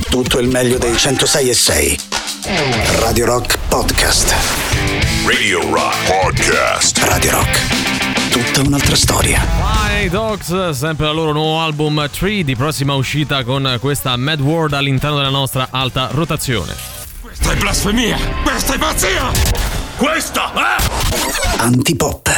tutto il meglio dei 106.6. Radio Rock Podcast. Radio Rock Podcast. Radio Rock, tutta un'altra storia. Hi Dogs, sempre il loro nuovo album 3 di prossima uscita con questa Mad World all'interno della nostra alta rotazione. Questa è blasfemia! Questa è pazzia! Questa è Antipop.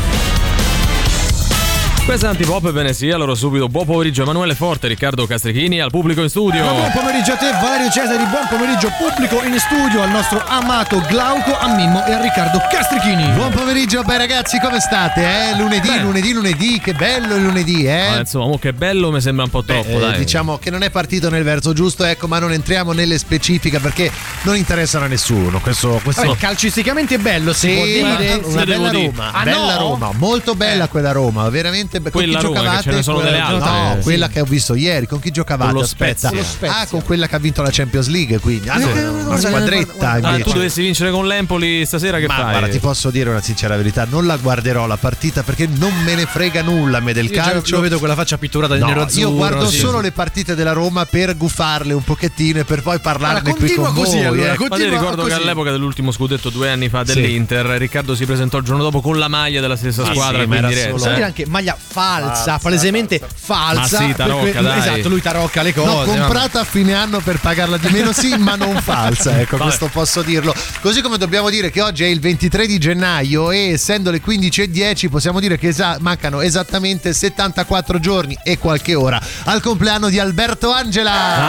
Questa è Antipop, bene sia, allora subito buon pomeriggio Emanuele Forte, Riccardo Castrichini al pubblico in studio. Buon pomeriggio a te Valerio Cesari, buon pomeriggio pubblico in studio al nostro amato Glauco, a Mimmo e a Riccardo Castrichini. Buon pomeriggio, beh ragazzi, come state? Lunedì, che bello il lunedì, insomma, che bello, mi sembra un po' troppo, dai. Diciamo che non è partito nel verso giusto, ecco, ma non entriamo nelle specifiche perché non interessano a nessuno. Questo... calcisticamente è bello, si può dire. Una bella Roma, bella Roma, molto bella quella Roma, veramente. Quella con chi Roma, giocavate? che ce ne sono delle altre. No, quella che ho visto ieri. Con chi giocavate? Con lo Aspetta. Spezia. Con quella che ha vinto la Champions League, quindi una squadretta. Tu dovessi vincere con l'Empoli stasera, che fai? Guarda, ti posso dire una sincera verità, non la guarderò la partita perché non me ne frega nulla a me del calcio. Io vedo quella faccia pitturata di nero azzurro. Io guardo solo le partite della Roma per gufarle un pochettino e per poi parlarne qui con così, voi. allora, Ma ti ricordo che all'epoca dell'ultimo scudetto 2 anni fa dell'Inter, Riccardo si presentò il giorno dopo con la maglia della stessa squadra, ma era quindi solo- Possiamo dire anche maglia falsa, palesemente falsa. Ma sì, tarocca, dai. Esatto, lui tarocca le cose. L'ho comprata a fine anno per pagarla di meno, sì, ma non falsa, ecco, questo posso dirlo. Così come dobbiamo dire che oggi è il 23 di gennaio e essendo le 15:10 possiamo dire che mancano esattamente 74 giorni e qualche ora al compleanno di Alberto Angela.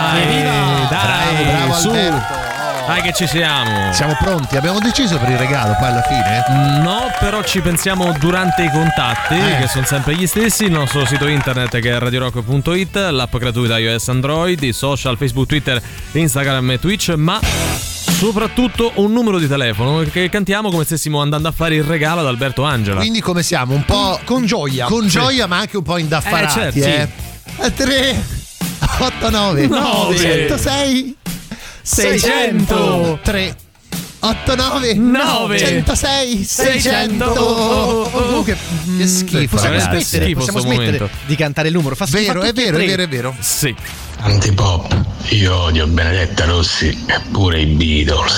Dai, bravo su. Alberto. Dai che ci siamo. Siamo pronti, abbiamo deciso per il regalo poi alla fine? No, però ci pensiamo durante i contatti, che sono sempre gli stessi. Il nostro sito internet che è radiorock.it, l'app gratuita iOS Android, i social Facebook, Twitter, Instagram e Twitch, ma soprattutto un numero di telefono che cantiamo come stessimo andando a fare il regalo ad Alberto Angela. Quindi come siamo? Un po' con gioia. Con gioia, ma anche un po' indaffarati, certo, 3 8 9 9 106 600 3 8 9 9 106 600. Comunque Che schifo, possiamo ragazzi. smettere, Schifo possiamo sto smettere momento. di cantare il numero. Fa schifo Vero, a è tutti e vero, è tre. vero, è vero. Sì. Antipop, io odio Benedetta Rossi e pure i Beatles.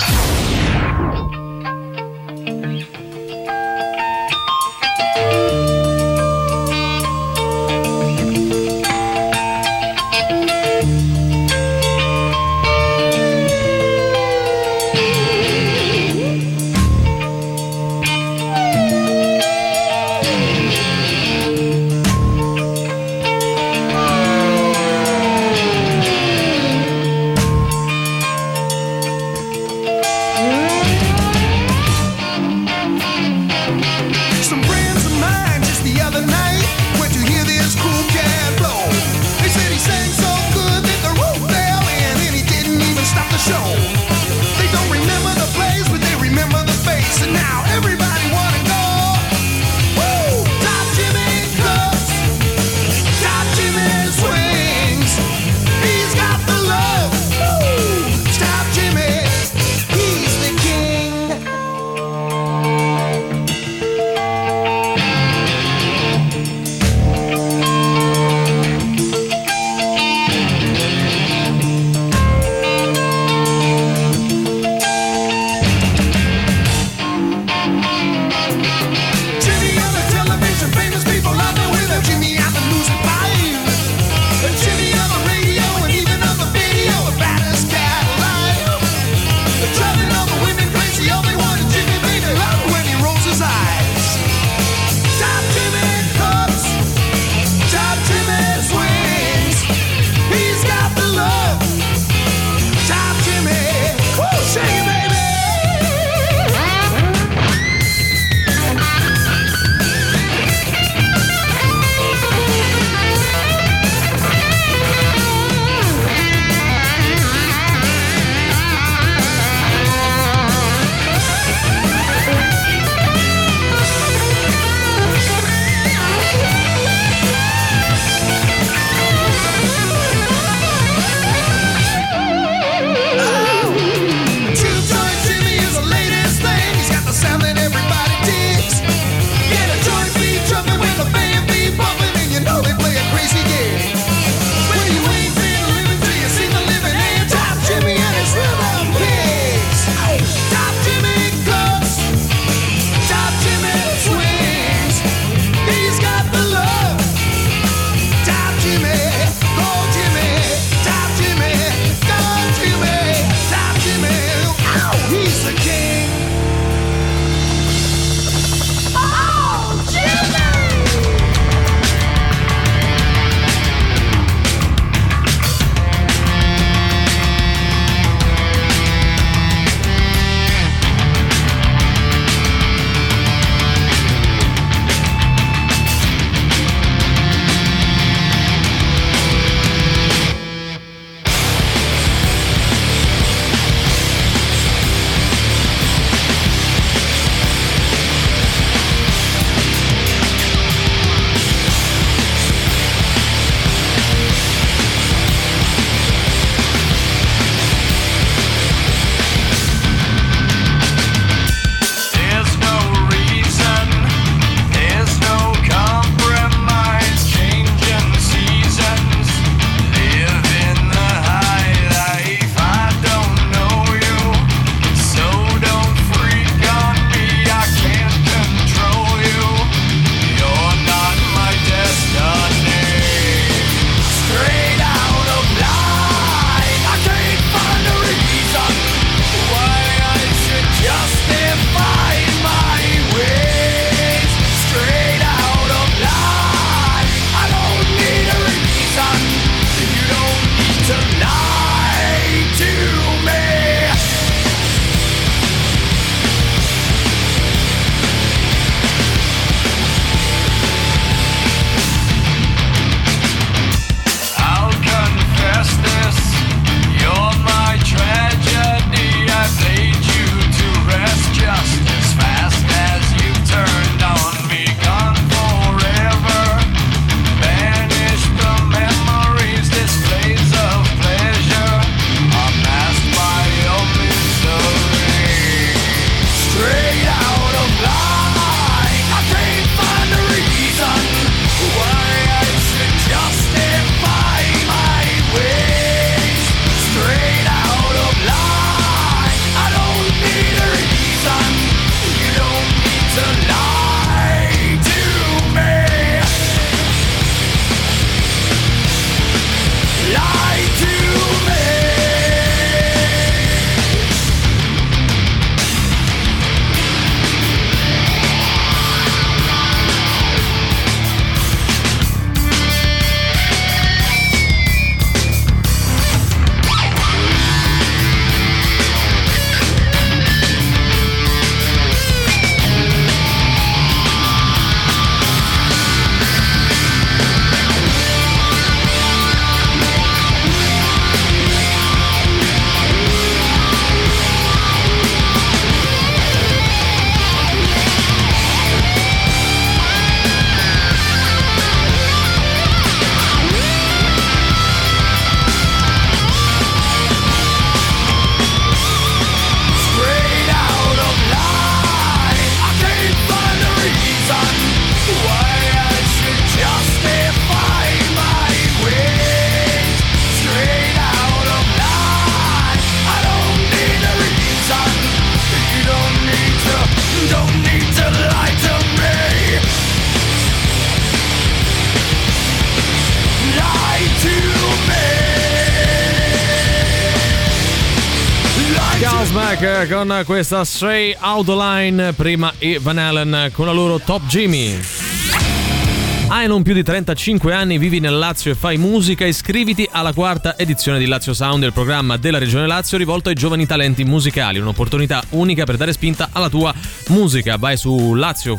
Godsmack con questa Stray Autoline, prima e Van Halen con la loro Top Jimmy. Hai non più di 35 anni, vivi nel Lazio e fai musica? Iscriviti alla 4ª edizione di Lazio Sound, il programma della Regione Lazio rivolto ai giovani talenti musicali, un'opportunità unica per dare spinta alla tua musica. Vai su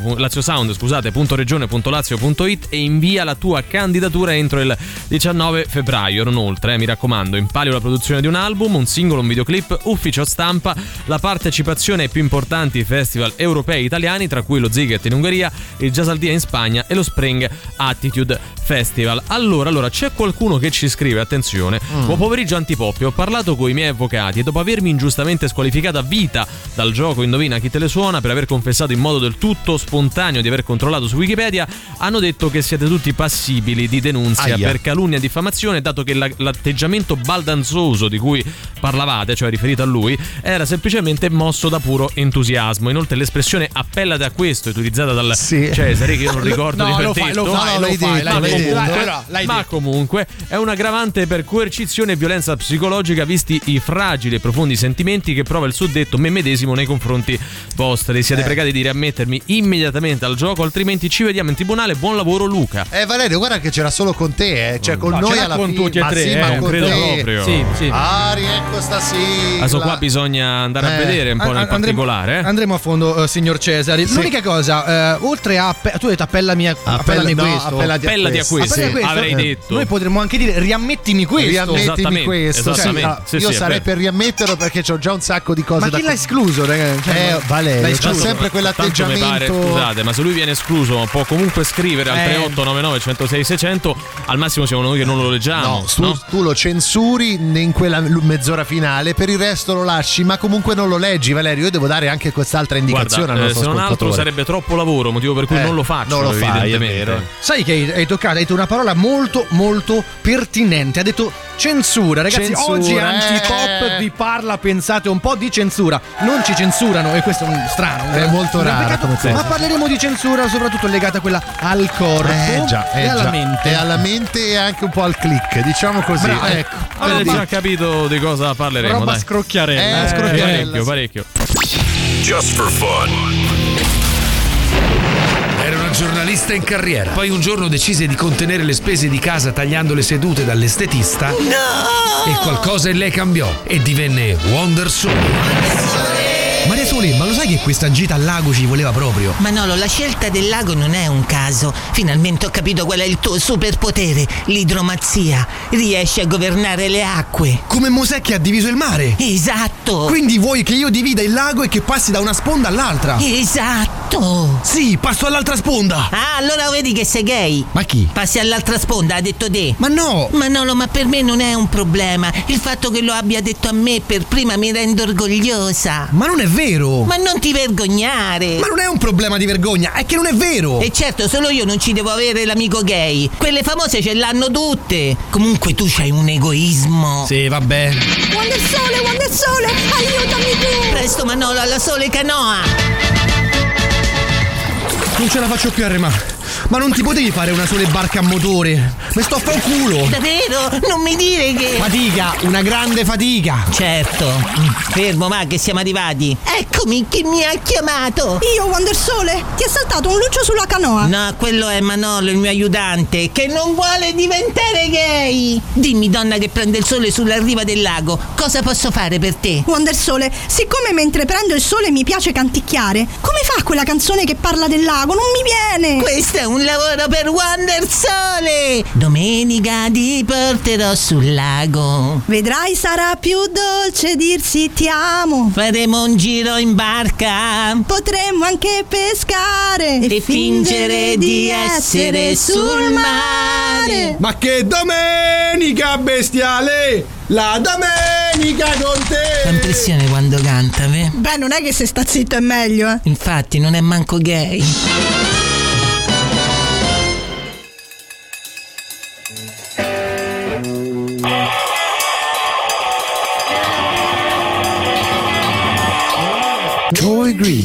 laziosound.regione.lazio.it e invia la tua candidatura entro il 19 febbraio. Inoltre, mi raccomando, in palio la produzione di un album, un singolo, un videoclip, ufficio stampa, la partecipazione ai più importanti festival europei italiani, tra cui lo Ziget in Ungheria, il Jazz al Dia in Spagna e lo Spring Attitude Festival. Allora c'è qualcuno che ci scrive, attenzione: buon pomeriggio Antipoppi, ho parlato con i miei avvocati e dopo avermi ingiustamente squalificato a vita dal gioco Indovina chi te le suona per aver confessato in modo del tutto spontaneo di aver controllato su Wikipedia, hanno detto che siete tutti passibili di denunzia per calunnia e diffamazione, dato che l'atteggiamento baldanzoso di cui parlavate, cioè riferito a lui, era semplicemente mosso da puro entusiasmo. Inoltre l'espressione appellate a questo è utilizzata dal Cesare, che io non ricordo di aver detto. Ma comunque è un aggravante per coercizione e violenza psicologica, visti i fragili e profondi sentimenti che prova il suddetto me medesimo nei confronti vostri. Siete pregati di riammettermi immediatamente al gioco, altrimenti ci vediamo in tribunale. Buon lavoro, Luca. Valerio, guarda che c'era solo con te, cioè con noi alla con tutti e tre, ma con credo te. proprio. Sì. Riecco sta sigla. Adesso qua bisogna andare a vedere un po' nel particolare. Andremo a fondo, signor Cesari. L'unica cosa, oltre a tu hai detto appellati a questo. Appellati a questo, avrei detto. Noi potremmo anche dire riammettimi questo. Riammettimi questo. Io sarei per riammetterlo perché c'ho già un sacco di cose ma chi l'ha escluso, ragazzi? Valerio, c'è sempre quell'atteggiamento. Scusate, ma se lui viene escluso può comunque scrivere al 3899 106 600. Al massimo siamo noi che non lo leggiamo. Tu lo censuri in quella mezz'ora finale, per il resto lo lasci, ma comunque non lo leggi, Valerio. Io devo dare anche quest'altra indicazione al nostro se non altro sarebbe troppo lavoro, motivo per cui non lo faccio. Non lo fai, evidentemente. Sai che hai detto una parola molto molto pertinente. Ha detto censura, ragazzi. Oggi Antipop vi parla, pensate un po' di censura. Non ci censurano e questo è strano. È molto raro come cosa. Ma parleremo di censura soprattutto legata a quella al corpo e alla mente. E alla mente e anche un po' al click, diciamo così. Bravo. Ecco. Avete già capito di cosa parleremo, roba dai. Scrocchiarella. Parecchio. Just for fun. Era una giornalista in carriera. Poi un giorno decise di contenere le spese di casa tagliando le sedute dall'estetista. No! E qualcosa in lei cambiò e divenne Wonder Sole. Maria Sole, ma lo sai che questa gita al lago ci voleva proprio? Manolo, la scelta del lago non è un caso. Finalmente ho capito qual è il tuo superpotere, l'idromazia. Riesci a governare le acque. Come Mosè che ha diviso il mare. Esatto. Quindi vuoi che io divida il lago e che passi da una sponda all'altra? Esatto. Sì, passo all'altra sponda. Ah, allora vedi che sei gay. Ma chi? Passi all'altra sponda, ha detto te. Ma no. Manolo, ma per me non è un problema. Il fatto che lo abbia detto a me per prima mi rende orgogliosa. Ma non è vero. Ma non ti vergognare. Ma non è un problema di vergogna, è che non è vero. E certo, solo io non ci devo avere l'amico gay. Quelle famose ce l'hanno tutte. Comunque tu c'hai un egoismo. Sì, vabbè. Wonder Sole, aiutami tu. Presto Manolo, alla Sole Canoa. Non ce la faccio più a remare. Ma non ti potevi fare una sola barca a motore? Mi sto a fa un culo. Davvero? Non mi dire che... Fatica, una grande fatica. Certo. Fermo, ma che siamo arrivati. Eccomi, chi mi ha chiamato? Io, Wonder Sole, ti è saltato un luccio sulla canoa. No, quello è Manolo, il mio aiutante, che non vuole diventare gay. Dimmi, donna che prende il sole sulla riva del lago, cosa posso fare per te? Wonder Sole, siccome mentre prendo il sole mi piace canticchiare, come fa quella canzone che parla del lago? Non mi viene. Questo è un lavoro per Wonder Sole. Domenica ti porterò sul lago. Vedrai, sarà più dolce dirsi ti amo. Faremo un giro in barca. Potremmo anche pescare e fingere di essere sul mare. Ma che domenica bestiale! La domenica con te! Fa impressione quando canta, beh? Beh, non è che se sta zitto è meglio, eh. Infatti, non è manco gay. Troy Green.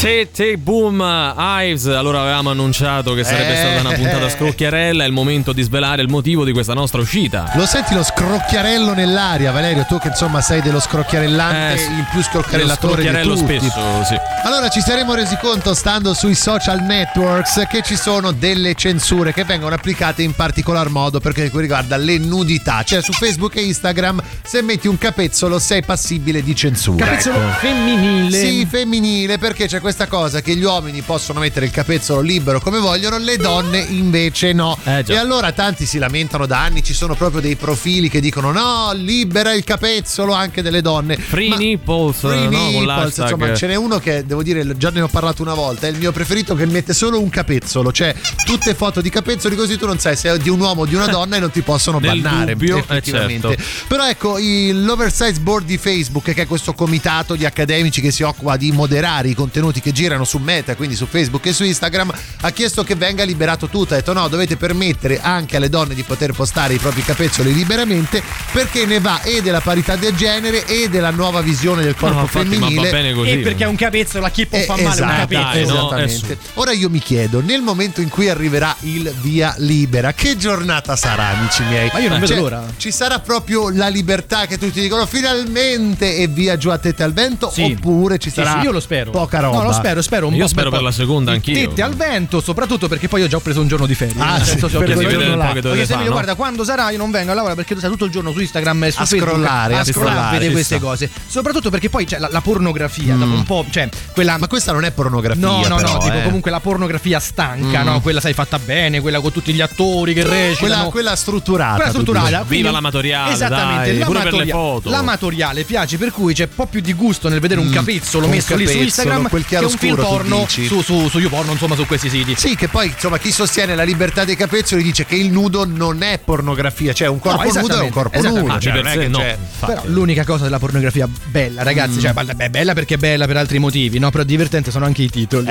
Sì, boom, Ives. Allora avevamo annunciato che sarebbe stata una puntata scrocchiarella. È il momento di svelare il motivo di questa nostra uscita. Lo senti lo scrocchiarello nell'aria, Valerio? Tu che insomma sei dello scrocchiarellante, il più scrocchiarellatore di tutti. Spesso, sì. Allora ci saremo resi conto, stando sui social networks, che ci sono delle censure che vengono applicate in particolar modo per quel che riguarda le nudità. Cioè su Facebook e Instagram, se metti un capezzolo sei passibile di censura. Capezzolo femminile. Sì, femminile, perché c'è questa cosa che gli uomini possono mettere il capezzolo libero come vogliono, le donne invece no. E allora tanti si lamentano da anni, ci sono proprio dei profili che dicono no, libera il capezzolo anche delle donne. Free nipples, free no, nipples, con l'hashtag. insomma ce n'è uno che devo dire, già ne ho parlato una volta, è il mio preferito, che mette solo un capezzolo, cioè tutte foto di capezzoli, così tu non sai se è di un uomo o di una donna e non ti possono bannare effettivamente. Certo. Però ecco, l'Oversize Board di Facebook, che è questo comitato di accademici che si occupa di moderare i contenuti che girano su Meta, quindi su Facebook e su Instagram, ha chiesto che venga liberato tutto. Ha detto no, dovete permettere anche alle donne di poter postare i propri capezzoli liberamente, perché ne va e della parità del genere e della nuova visione del corpo femminile. Ma va bene così. E perché un capezzolo a chi può fa male un capezzolo. Esattamente. Ora io mi chiedo, nel momento in cui arriverà il via libera, che giornata sarà, amici miei? Ma io non vedo l'ora. Ci sarà proprio la libertà che tutti dicono finalmente e via giù a tette al vento, oppure ci sarà io lo spero. Poca roba? No, lo spero un po'. Io spero per la seconda anch'io. Tette al vento, soprattutto perché poi ho già preso un giorno di ferie. Ah, sì, perché quel giorno là. Perché se mi guarda, quando sarà io non vengo a lavorare perché tu stai tutto il giorno su Instagram e su Facebook a scrollare, vedere queste cose. Soprattutto perché poi c'è la pornografia, dopo un po', cioè quella. Ma questa non è pornografia. No, tipo comunque la pornografia stanca, no? Quella sai fatta bene, quella con tutti gli attori che recitano. Quella strutturata. Quella strutturata. Viva l'amatoriale. Esattamente, dai, pure per le foto. L'amatoriale piace, per cui c'è un po' più di gusto nel vedere un capezzolo messo lì su Instagram quel che un film porno su YouPorno, insomma, su questi siti. Sì, che poi insomma chi sostiene la libertà dei capezzoli dice che il nudo non è pornografia, cioè un corpo nudo è un corpo nudo, cioè non è che c'è. Però l'unica cosa della pornografia bella, ragazzi, cioè è bella perché è bella per altri motivi, no? Però divertente sono anche i titoli.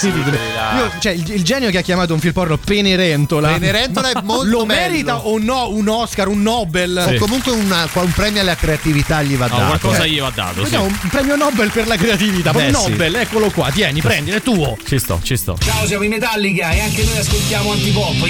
Cioè il genio che ha chiamato un film porno Penerentola è molto lo merita o no un Oscar, un Nobel o comunque un premio alla creatività gli va dato. Qualcosa gli va dato, sì. Un premio Nobel per la creatività, un Nobel, eccolo qua, tieni, prendi, è tuo. Ci sto. Ciao, siamo in Metallica e anche noi ascoltiamo Antipop.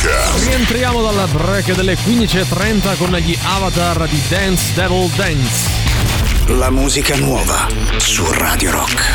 Rientriamo dalla break delle 15.30 con gli Avatar di Dance Devil Dance. La musica nuova su Radio Rock.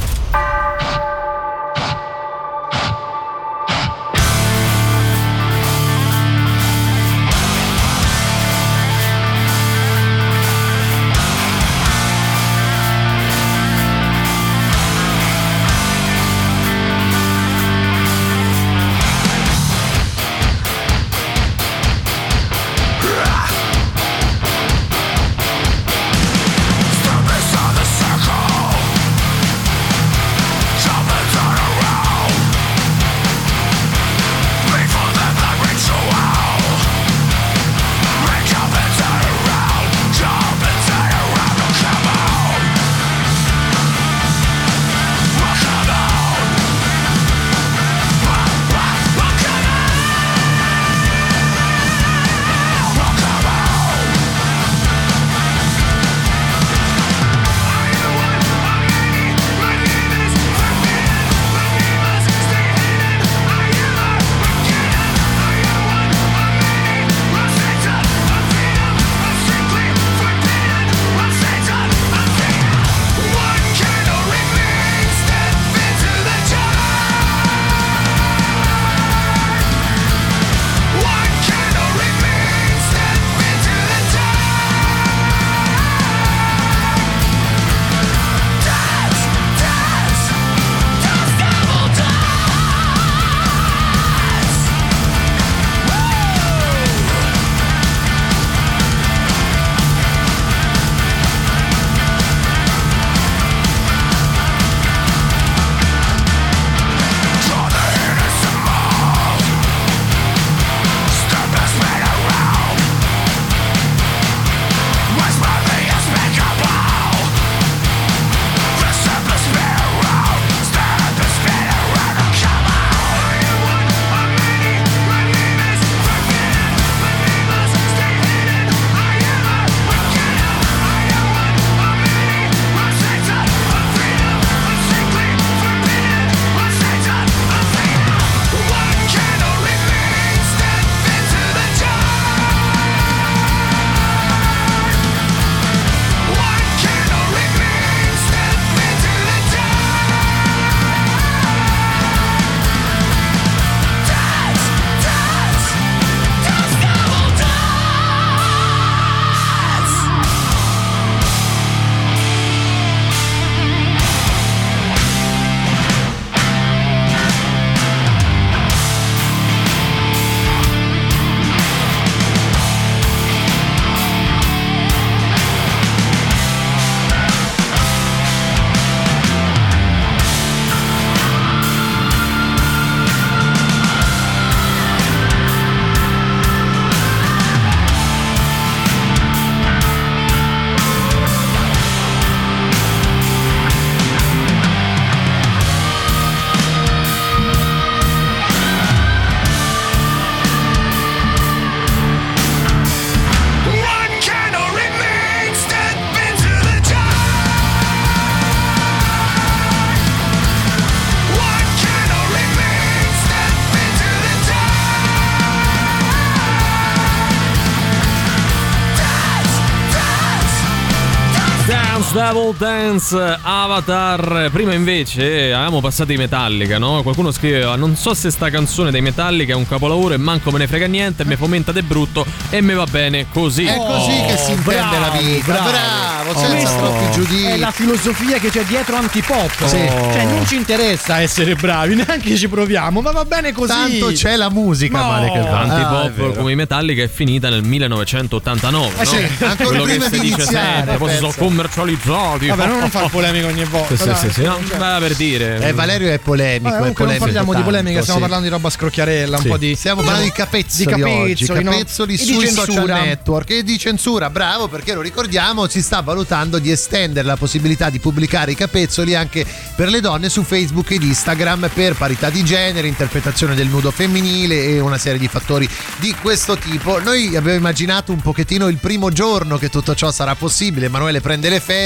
Devil Dance, Avatar. Prima invece avevamo passato i Metallica, no? Qualcuno scriveva: non so se sta canzone dei Metallica è un capolavoro e manco me ne frega niente, me fomenta de brutto e me va bene così. È così che si intende la vita. Bravo, senza troppi giudizi. È la filosofia che c'è dietro antipop. Sì. Cioè non ci interessa essere bravi, neanche ci proviamo, ma va bene così. Tanto c'è la musica, No. male che va. Antipop come i Metallica è finita nel 1989, no? Sì, ancora quello prima che si di dice iniziare, sempre, poi si sono pensa. commercializzati. Vabbè, non far polemica ogni volta. Sì, no, beh, per dire. Valerio è polemico. Vabbè, comunque non parliamo di polemica, stiamo parlando di roba scrocchiarella, un po' di. Stiamo parlando di capezzoli oggi, capezzoli sui social network e di censura. Bravo, perché lo ricordiamo, si sta valutando di estendere la possibilità di pubblicare i capezzoli anche per le donne su Facebook ed Instagram per parità di genere, interpretazione del nudo femminile e una serie di fattori di questo tipo. Noi abbiamo immaginato un pochettino il primo giorno che tutto ciò sarà possibile. Emanuele prende le ferie,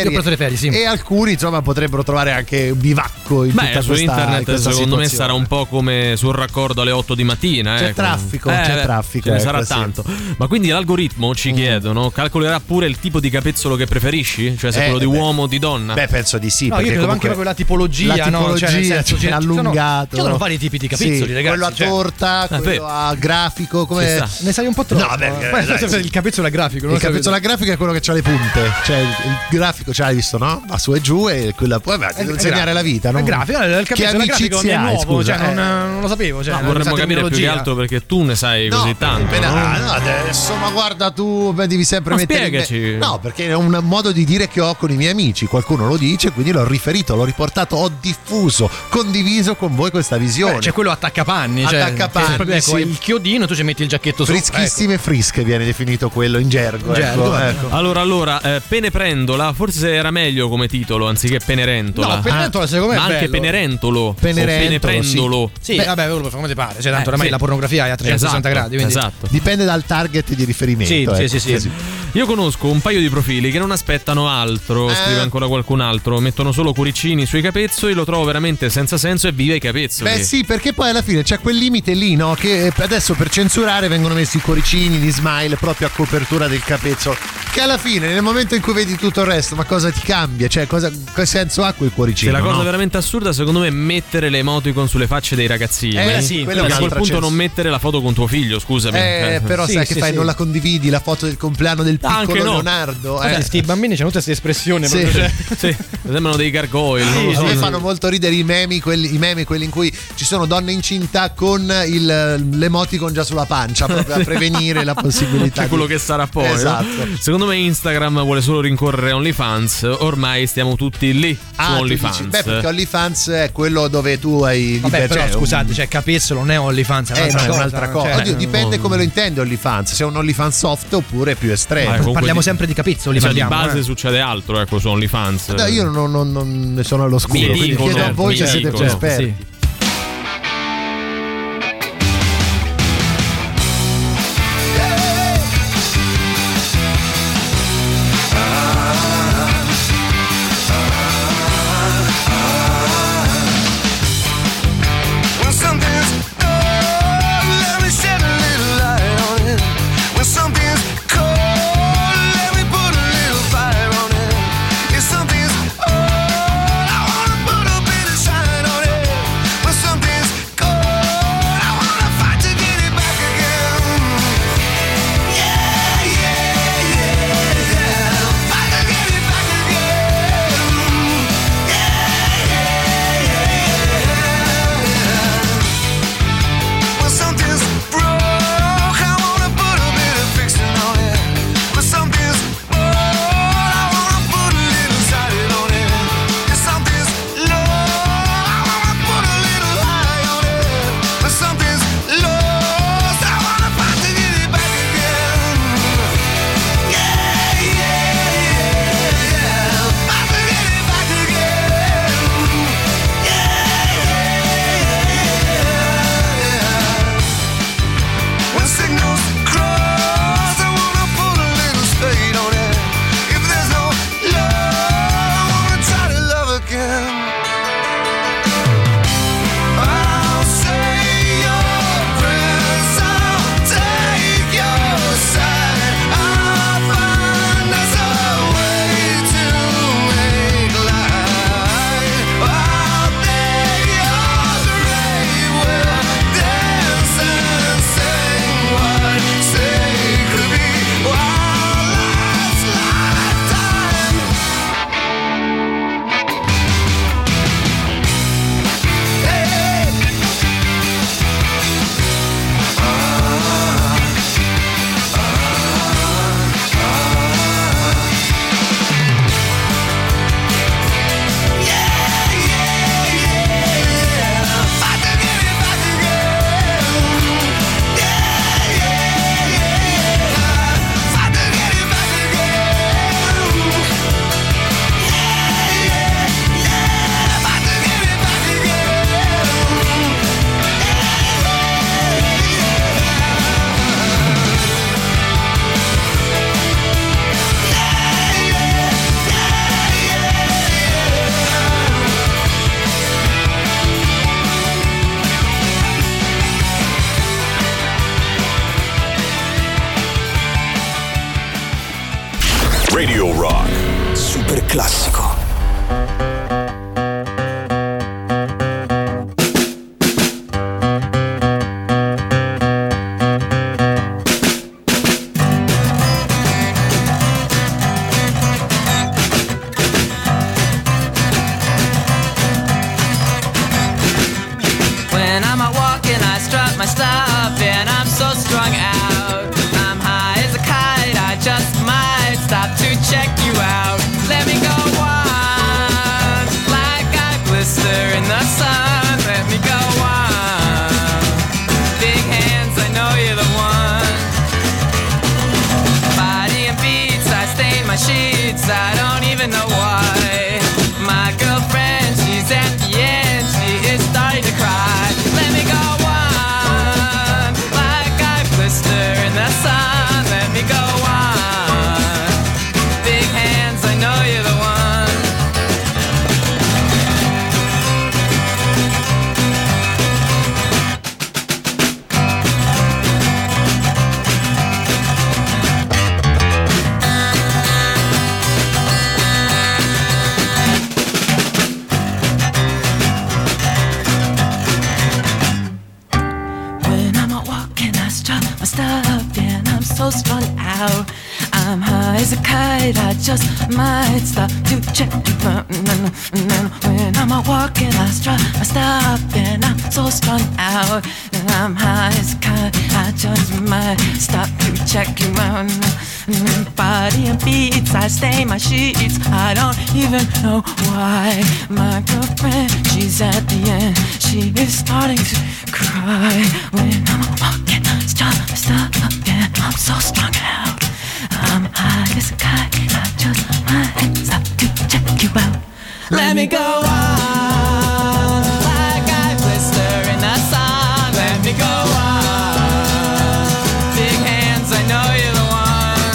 ferie. Io ho preso le ferie, sì. E alcuni insomma potrebbero trovare anche bivacco in tutta su questa internet questa secondo me situazione. sarà un po' come sul raccordo alle 8 di mattina. C'è traffico, c'è traffico. Ce ne sarà sì. tanto. Ma quindi l'algoritmo, ci chiedono, calcolerà pure il tipo di capezzolo che preferisci? Cioè se quello di uomo o di donna? Beh, penso di sì. No, perché io credo comunque anche proprio la tipologia, no? Cioè, nel senso, cioè, allungato. Ci sono vari tipi di capezzoli, sì, ragazzi. Quello a torta, quello a grafico. Come... Ne sai un po' troppo. No, perché, il capezzolo è grafico. Il capezzolo a grafico è quello che ha le punte. Cioè il grafico, ce l'hai visto, no? Va su e giù e quella poi ti devo insegnare la vita. No? Il grafico, il capezzolo a grafico non è nuovo, scusa, cioè, non lo sapevo. Cioè, vorremmo capire più che altro perché tu ne sai così tanto. No, adesso, ma guarda tu, devi sempre mettere spiegaci. No, perché è un modo di dire che ho con i miei amici. Qualcuno lo dice, quindi l'ho riferito, l'ho riportato, ho diffuso, condiviso con voi questa visione. C'è quello attaccapanni, attaccapanni, proprio, ecco, sì. il chiodino, tu ci metti il giacchetto sopra. Frischissime frische viene definito quello in gergo. Ecco. Allora, Peneprendola forse era meglio come titolo anziché Penerentola. No, Penerentola secondo me è ma anche bello. Penerentolo. Penerentolo, Sì, vabbè, come ti pare. Cioè, tanto ormai sì. la pornografia è a 360 gradi. Quindi... Esatto. Dipende dal target di riferimento. Sì. Io conosco un paio di profili che non aspettano altro, scrive ancora qualcun altro, mettono solo cuoricini sui capezzoli, lo trovo veramente senza senso e viva i capezzoli. Beh sì, perché poi alla fine c'è quel limite lì, no? Che adesso per censurare vengono messi i cuoricini, gli smile proprio a copertura del capezzolo. Che alla fine, nel momento in cui vedi tutto il resto, ma cosa ti cambia? Cioè, che senso ha quel cuoricino? La cosa no? veramente assurda, secondo me, è mettere le emoticon sulle facce dei ragazzini. Sì, quello a quel punto censura. non mettere la foto con tuo figlio, scusami. Però sai che fai? Non la condividi la foto del compleanno del piccolo Anche no. Leonardo. Questi bambini hanno tutte queste espressioni. Sì. Proprio, Sì, sembrano dei gargoyle. A me fanno molto ridere i meme, quelli in cui ci sono donne incinta con l'emoticon già sulla pancia, proprio a prevenire la possibilità. C'è quello che sarà poi. Esatto. No? Secondo me Instagram vuole solo rincorrere OnlyFans. Ormai stiamo tutti lì su OnlyFans. Beh, perché OnlyFans è quello dove tu hai. Vabbè, però scusate, cioè capezzolo non è OnlyFans, è un'altra cosa. Cioè, Oddio, dipende come lo intende OnlyFans. Se è un OnlyFans soft oppure più estremo. Parliamo sempre di capezzoli. Cioè, di base succede altro, ecco, su OnlyFans. No, io non ne sono all'oscuro, quindi chiedo a voi se siete più esperti. Sì. Radio Rock. Super classico. I don't even know why. My girlfriend, she's at the end, she is starting to cry. Let me go on, like I blister in the sun. Let me go on. Big hands, I know you're the one. So strung out, I'm high as a kite. I just might stop to check you out. When I'm out walking, I strut, I stop, and I'm so strung out. I'm high as a kite. I just might stop to check you out. Body and beats, I stain my sheets. I don't even know why. My girlfriend, she's at the end. She is starting to cry. When I'm out walking, I strut, I stop, and I'm so strung out. I'm high as a kite. I just might stop to check you out. Let me go on, like I blister in the sun. Let me go on. Big hands, I know you're the one.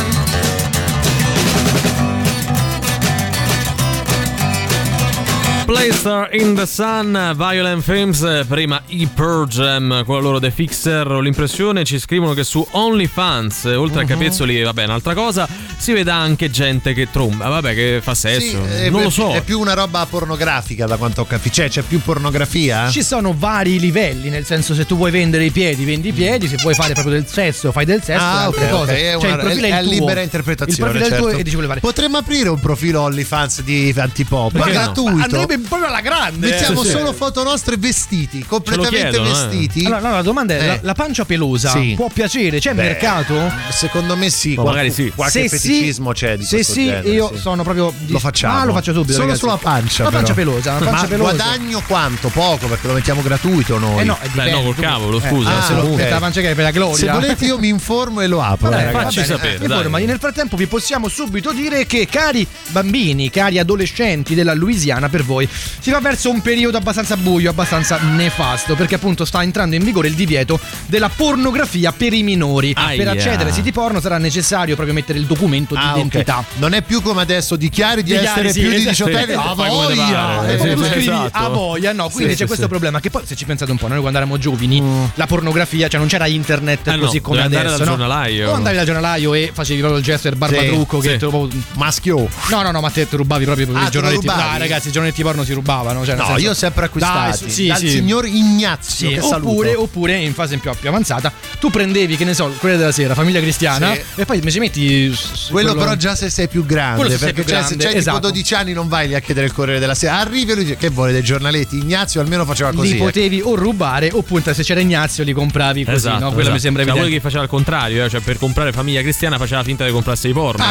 Blister in the Sun, Violent Femmes, prima i Pearl Jam con la loro The Fixer. Ho l'impressione, ci scrivono che su OnlyFans, oltre a capezzoli, vabbè, un'altra cosa, si vede anche gente che tromba, vabbè, che fa sesso, non lo so. È più una roba pornografica da quanto ho capito, cioè c'è più pornografia? Ci sono vari livelli, nel senso, se tu vuoi vendere i piedi, vendi i piedi, se vuoi fare proprio del sesso, fai del sesso. Ok, è, cioè, il profilo è il tuo. libera interpretazione, il profilo certo. è il tuo e dici quello vale. Potremmo aprire un profilo OnlyFans di Antipop, Perché gratuito. no? Andrebbe proprio alla grande. Mettiamo solo foto nostre vestiti, completamente chiedono, vestiti. Allora, no, la domanda è: la pancia pelosa può piacere? C'è mercato? Secondo me sì. Magari sì. Qualche feticismo c'è di questo genere. Io sono proprio. Lo facciamo. Lo faccio subito. Solo ragazzi. sulla pancia. La pancia però. pelosa. Ma guadagno quanto? Poco, perché lo mettiamo gratuito noi. No, Beh, no, col cavolo, scusa. Se lo la pancia che è per la gloria. Se volete io mi informo e lo apro. Facci sapere. Ma nel frattempo vi possiamo subito dire che, cari bambini, cari adolescenti della Louisiana, per voi si va verso un periodo abbastanza buio, abbastanza nefasto, perché appunto sta entrando in vigore il divieto della pornografia per i minori. Per accedere ai siti porno sarà necessario proprio mettere il documento di identità. Okay. Non è più come adesso, dichiari di essere più di 18 anni. A voglia! Tu scrivi a voglia, no? Quindi c'è questo problema che poi, se ci pensate un po', noi quando eravamo giovani, la pornografia, cioè non c'era internet così come adesso. Andare dal giornalaio. Tu andavi dal giornalaio e facevi proprio il gesto del barbatrucco che te lo maschio. No, ma te rubavi proprio i giornaletti. Ragazzi, i giornaletti porno si rubavano. Cioè, no, io ho sempre acquistati dal signor Ignazio. Che oppure in fase più avanzata, tu prendevi, che ne so, quella della sera, Famiglia Cristiana, e poi mi ci metti quello però già se sei più grande, perché se c'hai tipo 12 anni non vai lì a chiedere il Corriere della Sera. Arrivi e lui dice: che vuole dei giornaletti? Ignazio almeno faceva così. Li potevi o rubare, oppure se c'era Ignazio li compravi così, no? Quello mi sembra evidente. Quello che faceva il contrario, cioè per comprare Famiglia Cristiana faceva finta di comprarsi i porno.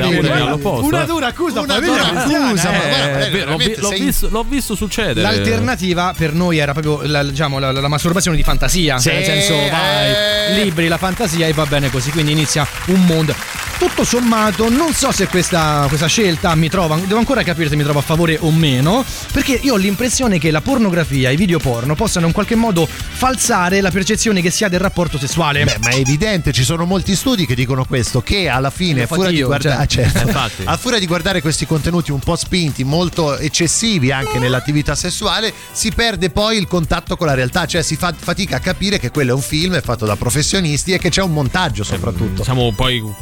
Una dura accusa. L'ho visto succedere. L'alternativa per noi era proprio la masturbazione di fantasia, nel senso vai, liberi la fantasia e va bene così, quindi inizia un mondo. Tutto sommato non so se questa scelta mi trova, devo ancora capire se mi trova a favore o meno, perché io ho l'impressione che la pornografia, i video porno possano in qualche modo falsare la percezione che si ha del rapporto sessuale. Beh, ma è evidente, ci sono molti studi che dicono questo, che alla fine a furia di guardare questi contenuti un po' spinti, molto eccessivi anche nell'attività sessuale, si perde poi il contatto con la realtà, cioè si fa fatica a capire che quello è un film, è fatto da professionisti e che c'è un montaggio soprattutto. Diciamo poi i film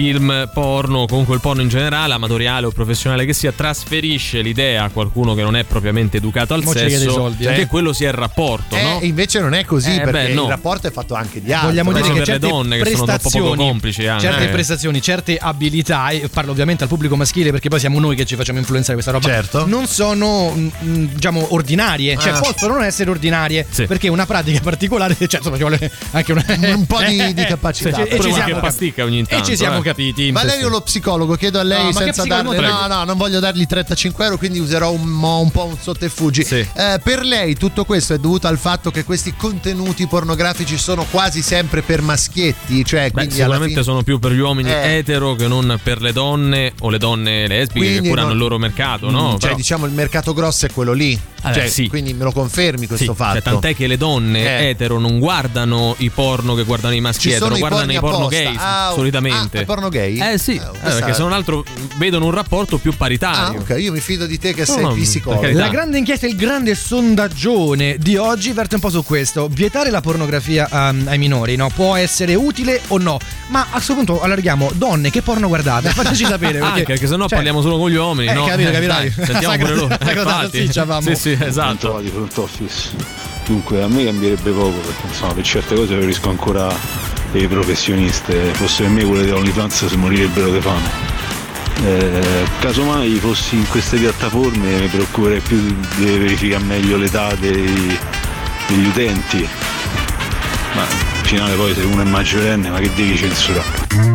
film porno, comunque il porno in generale, amatoriale o professionale che sia, trasferisce l'idea a qualcuno che non è propriamente educato al sesso soldi, che quello sia il rapporto, no? Invece non è così, perché no. Il rapporto è fatto anche di altro. Vogliamo dire che per certe le donne che sono troppo poco complici anche. Certe prestazioni, certe abilità, e parlo ovviamente al pubblico maschile perché poi siamo noi che ci facciamo influenzare questa roba, certo, non sono diciamo ordinarie, cioè possono non essere ordinarie, perché una pratica particolare, cioè insomma ci vuole anche un po' di capacità, e ci siamo pasticca ogni tanto, e ci siamo capiti. Valerio lo psicologo, chiedo a lei senza darle no, non voglio dargli 35 euro, quindi userò un po' un sotterfugi. Per lei tutto questo è dovuto al fatto che questi contenuti pornografici sono quasi sempre per maschietti, cioè quindi sicuramente sono più per gli uomini etero che non per le donne o le donne lesbiche, quindi che pure hanno il loro mercato, no? Cioè diciamo il mercato grosso è quello lì. Sì. Quindi me lo confermi questo fatto? Cioè, tant'è che le donne etero non guardano i porno che guardano i maschi etero, guardano i porno gay solitamente. Porno gay? Perché se non altro vedono un rapporto più paritario. Ok, io mi fido di te che sei psicologo. La grande inchiesta, il grande sondaggione di oggi verte un po' su questo: vietare la pornografia ai minori, no? Può essere utile o no? Ma a questo punto allarghiamo: donne, che porno guardate? Fateci sapere, perché sennò parliamo solo con gli uomini, no? Capirai. Sentiamo pure loro. Sì, esatto. Di front office. Dunque a me cambierebbe poco, perché insomma per certe cose preferisco ancora le professioniste. Fosse per me quelle di OnlyFans si morirebbero di fame. Casomai fossi in queste piattaforme mi preoccuperei più di verificare meglio l'età degli utenti. Ma in finale poi se uno è maggiorenne, ma che devi censurare?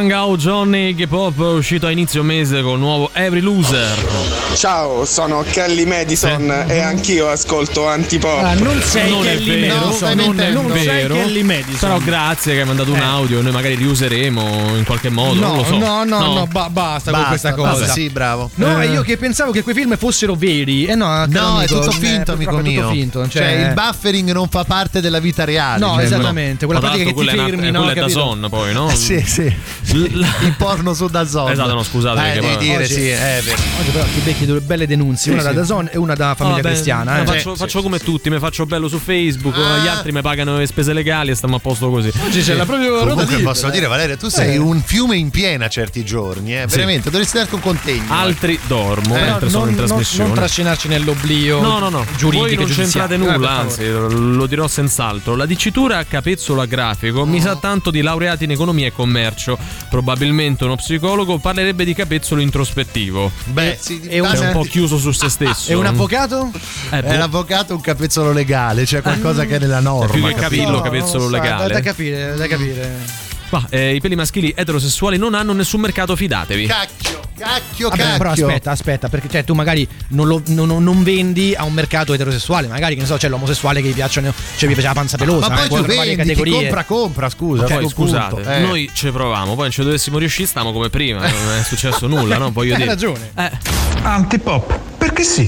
Out Johnny, Iggy Pop, uscito a inizio mese col nuovo Every Loser. Ciao, sono Kelly Madison e anch'io ascolto Antipop. Non sei Kelly Madison, non sei Kelly Madison. Però grazie che hai mandato un audio, noi magari li useremo in qualche modo, non lo so. No, basta con questa cosa. Vabbè, sì, bravo. No, io che pensavo che quei film fossero veri. No, è tutto finto, amico mio. È tutto finto. Cioè, il buffering non fa parte della vita reale. No, cioè, esattamente. Quella pratica che ti fermi, no? Quella è DAZN poi, no? Sì. Il porno su DAZN. Esatto, no, scusate. Devi dire, sì, è vero. Oggi però ti becchi due belle denunzie, una da DAZN e una da Famiglia Cristiana. Faccio come tutti, mi faccio bello su Facebook, gli altri mi pagano le spese legali e stiamo a posto così. Oggi c'è la proprio comunque posso dire, Valeria, tu sei un fiume in piena certi giorni, veramente, dovresti darti un contegno. Altri dormo, mentre sono in trasmissione. Non trascinarci nell'oblio. No. Giuridico, voi non c'entrate nulla, anzi, lo dirò senz'altro. La dicitura a capezzolo a grafico mi sa tanto di laureati in economia e commercio. Probabilmente uno psicologo parlerebbe di capezzolo introspettivo. Beh, sì, è un po' chiuso su se stesso. E un avvocato? È l'avvocato un capezzolo legale, cioè qualcosa che è nella norma. Più che capillo, capezzolo legale. Da capire. Ma i peli maschili eterosessuali non hanno nessun mercato, fidatevi. Cacchio. Però aspetta, perché cioè, tu magari non vendi a un mercato eterosessuale, magari, che ne so, c'è l'omosessuale che gli piacciono, cioè vi piace la panza pelosa. Ma poi tu vendi, chi compra, scusa. Poi scusate, noi ci proviamo, poi non ci dovessimo riuscire, stiamo come prima, non è successo nulla, no? Voglio dire. Hai ragione. Antipop, perché sì.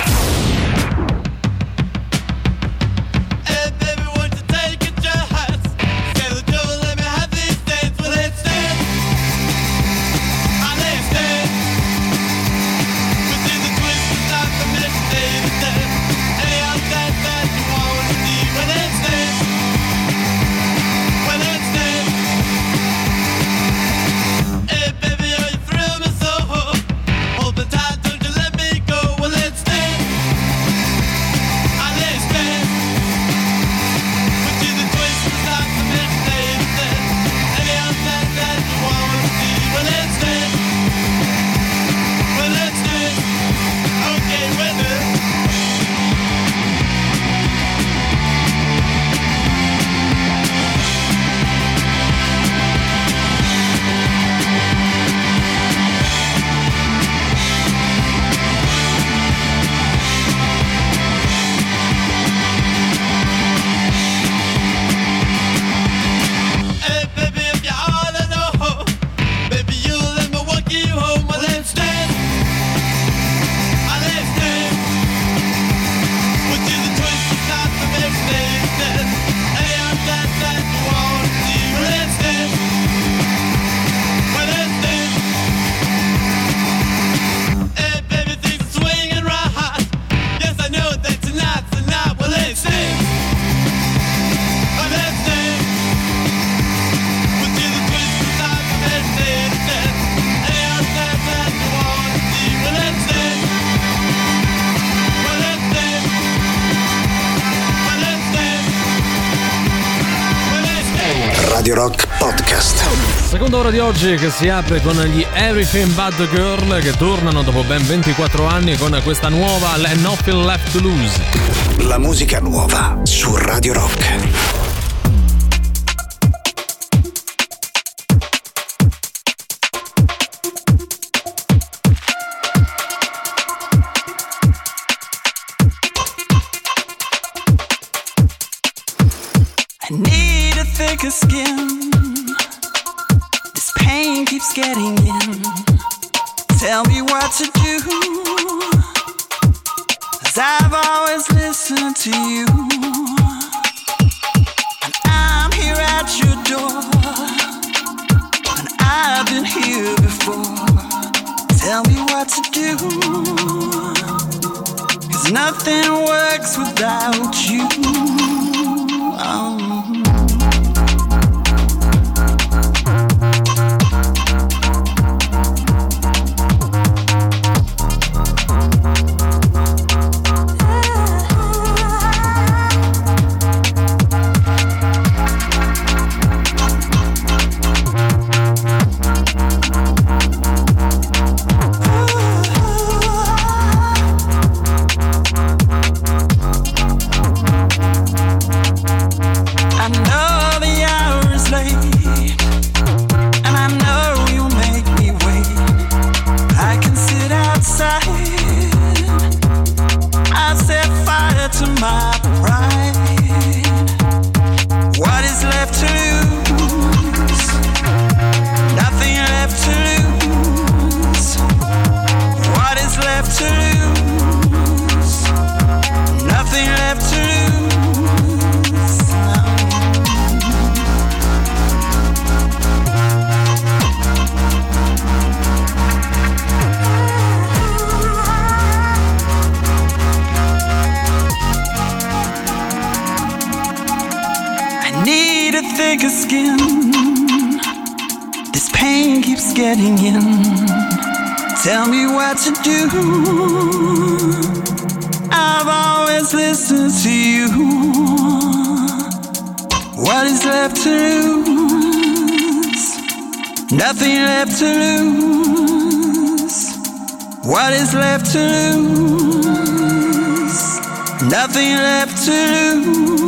Radio Rock Podcast. Seconda ora di oggi che si apre con gli Everything But The Girl, che tornano dopo ben 24 anni con questa nuova Nothing Left To Lose. La musica nuova su Radio Rock. I need a thicker skin. This pain keeps getting in. Tell me what to do, 'cause I've always listened to you. And I'm here at your door, and I've been here before. Tell me what to do, 'cause nothing works without you. getting in. Tell me what to do. I've always listened to you. What is left to lose? Nothing left to lose. What is left to lose? Nothing left to lose.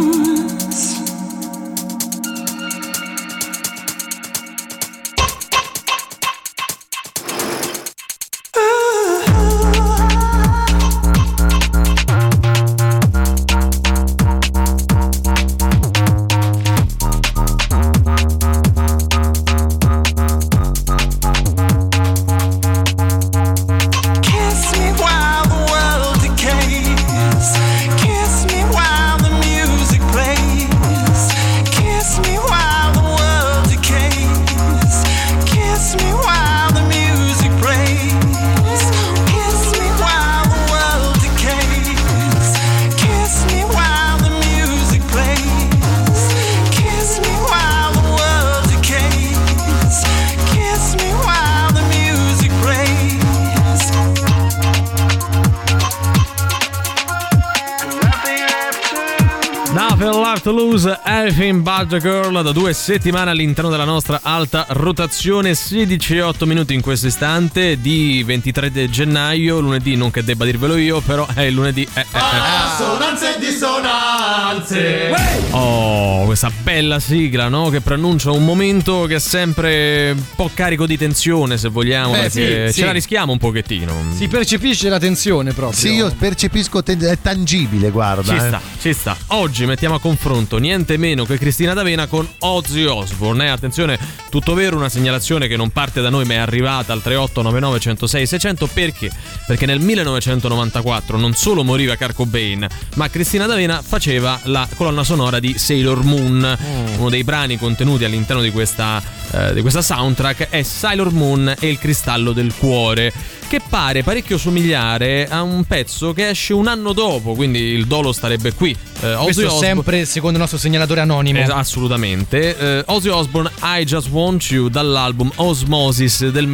To Lose, Everything But The Girl, da 2 settimane all'interno della nostra alta rotazione, 16:08 in questo istante di 23 gennaio, lunedì, non che debba dirvelo io, però è il lunedì. Assonanze e dissonanze. Oh, questa bella sigla, no? Che preannuncia un momento che è sempre un po' carico di tensione, se vogliamo, perché ce la rischiamo un pochettino. Si percepisce la tensione proprio. Sì, io percepisco, è tangibile, guarda. Ci sta. Oggi mettiamo a confronto niente meno che Cristina D'Avena con Ozzy Osbourne. Attenzione, tutto vero, una segnalazione che non parte da noi ma è arrivata al 3899 106 600. Perché? Perché nel 1994 non solo moriva Kurt Cobain, ma Cristina D'Avena faceva la colonna sonora di Sailor Moon. Uno dei brani contenuti all'interno di questa soundtrack è Sailor Moon e il cristallo del cuore, che pare parecchio somigliare a un pezzo che esce un anno dopo, quindi il dolo starebbe qui. Questo sempre secondo il nostro segnalatore anonimo. Assolutamente. Ozzy Osbourne, I Just Want You, dall'album Osmosis del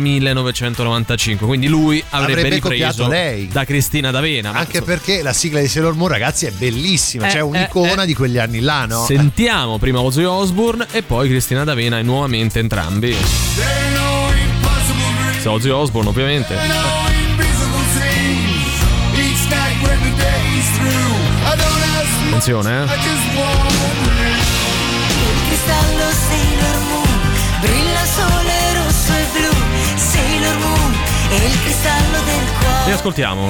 1995, quindi lui avrebbe ripreso lei da Cristina D'Avena. Anche perché la sigla di Sailor Moon, ragazzi, è bellissima, cioè un'icona di quegli anni là, no? Sentiamo prima Ozzy Osbourne e poi Cristina D'Avena, e nuovamente entrambi. Ozzy Osbourne, ovviamente. Attenzione, Il cristallo Sailor Moon brilla sole rosso e blu. Sailor Moon è il cristallo del cuore. E ascoltiamo.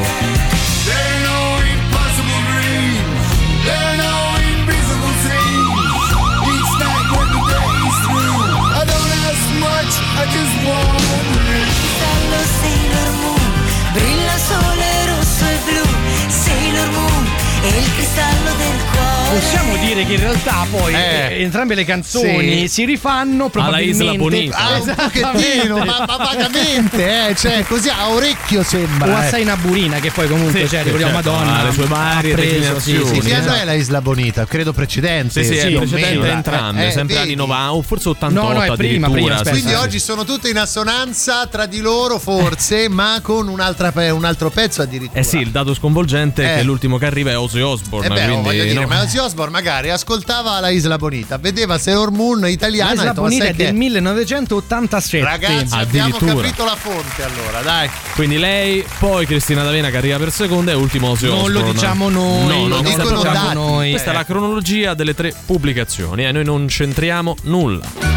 Sailor Moon brilla sole rosso e blu. Sailor Moon è il cristallo del cuore. Possiamo dire che in realtà poi entrambe le canzoni si rifanno probabilmente alla Isla Bonita. Un pochettino, ma vagamente, cioè così a orecchio sembra. O a Saina Burina, che poi comunque ricordiamo Madonna, le sue varie declinazioni. Che anno è la Isla Bonita? Credo precedente. Sì, è precedente entrambe, sempre anni 90 o forse 88 no, è prima, quindi oggi sono tutte in assonanza tra di loro forse, ma con un altro pezzo addirittura. Sì, il dato sconvolgente è che l'ultimo che arriva è Ozzy Osbourne. Voglio dire, ma Ozzy Osbourne magari ascoltava la Isla Bonita, vedeva Sailor Moon italiana. La Isla Bonita è del 1987. Ragazzi, abbiamo capito la fonte, allora, dai. Quindi lei, poi Cristina D'Avena che arriva per seconda e ultimo Ozzy Osbourne. Non lo diciamo noi, lo dicono noi. Questa è la cronologia delle 3 pubblicazioni e noi non c'entriamo nulla.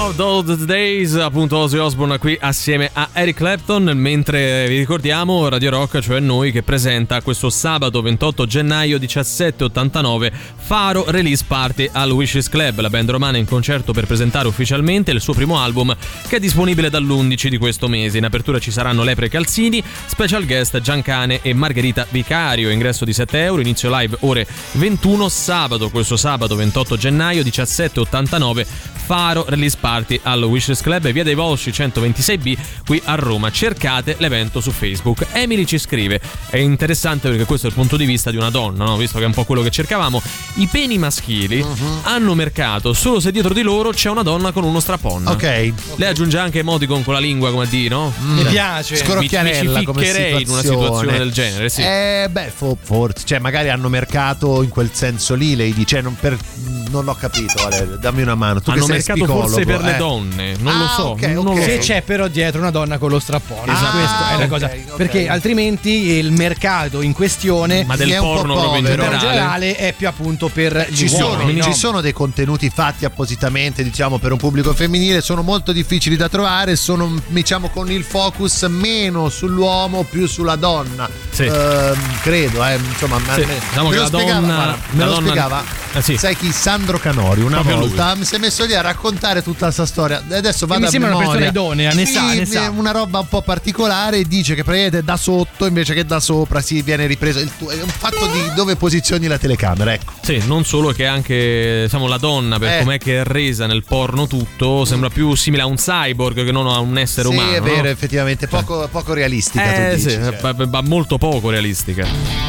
of Those Days, appunto Ozzy Osbourne qui assieme a Eric Clapton, mentre vi ricordiamo Radio Rock, cioè noi, che presenta questo sabato 28 gennaio 17:89 Faro Release Party al Wishes Club. La band romana è in concerto per presentare ufficialmente il suo primo album, che è disponibile dall'11 di questo mese. In apertura ci saranno Lepre Calzini, special guest Giancane e Margherita Vicario. Ingresso di €7, inizio live ore 21, questo sabato 28 gennaio 17:89 Faro Release Party al Wishes Club, via dei Volsci 126B qui a Roma. Cercate l'evento su Facebook. Emily ci scrive: è interessante perché questo è il punto di vista di una donna, no? Visto che è un po' quello che cercavamo. I peni maschili hanno mercato solo se dietro di loro c'è una donna con uno strapon. Ok. Lei aggiunge anche emoticon con la lingua, come a dire, no? Mi piace. Scrocchiarella mi come situazione. in una situazione del genere, sì. Forse, cioè magari hanno mercato in quel senso lì, lei dice, non ho capito, Valerio, dammi una mano. Tu hanno che sei mercato psicologo, forse per le donne, non lo so. Okay. Non lo so. Se c'è però dietro una donna con lo strappone, Esatto. questa è la cosa. ok. Perché altrimenti il mercato in questione, Ma del è un po' porno proprio in povero. in generale. generale, è più appunto per gli uomini, no? Ci sono dei contenuti fatti appositamente, diciamo, per un pubblico femminile, sono molto difficili da trovare, sono, diciamo, con il focus meno sull'uomo, più sulla donna. Sì. Credo, insomma, Sì, diciamo che la donna, me lo spiegava. Sì. Sai chi? Sandro Canori una Proprio volta mi si è messo lì a raccontare tutta questa storia. Adesso vado mi a sembra una memoria. persona idonea, ne sa. Una roba un po' particolare, e dice che praticamente da sotto invece che da sopra si viene ripreso. È un fatto di dove posizioni la telecamera, ecco. Sì, non solo, che anche, diciamo, la donna, per com'è che è resa nel porno tutto, sembra più simile a un cyborg che non a un essere umano. Sì, è vero, no? effettivamente, poco realistica, tu dici, sì, molto poco realistica.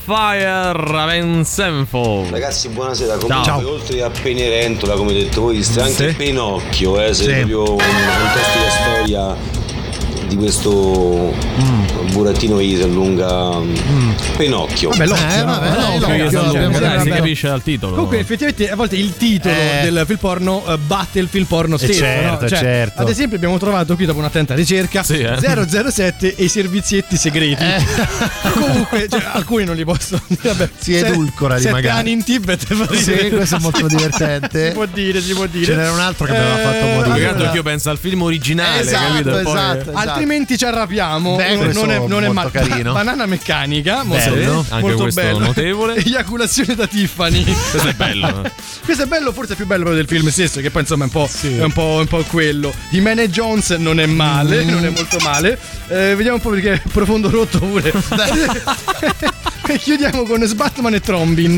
Fire, Avenged Sevenfold. Ragazzi, buonasera. Comunque, oltre a Cenerentola, come detto voi, c'è anche Pinocchio, se proprio una fantastica storia di questo burattino che gli si allunga Pinocchio. Vabbè, si capisce dal titolo. Comunque effettivamente a volte il titolo del film porno batte il film porno stesso, certo, no? Cioè, certo. ad esempio abbiamo trovato qui dopo un'attenta ricerca 007 e i servizietti segreti. Comunque alcuni non li posso dire. Vabbè, si edulcora di 7 magari anni in Tibet fa ridere. Sì, questo è molto divertente. Si può dire. Ce n'era un altro che mi aveva fatto morire. Allora, io penso al film originale, capito? Esatto. Altrimenti ci arrabbiamo. Non è male. Carino. Banana meccanica, bello. Anche molto questo bello. notevole. Eiaculazione da Tiffany. Questo è bello. Questo è bello, forse è più bello del film stesso, che poi insomma è un po' quello. Di Man e Jones non è male, non è molto male. Vediamo un po' perché è profondo rotto pure. E chiudiamo con Batman e Trombin.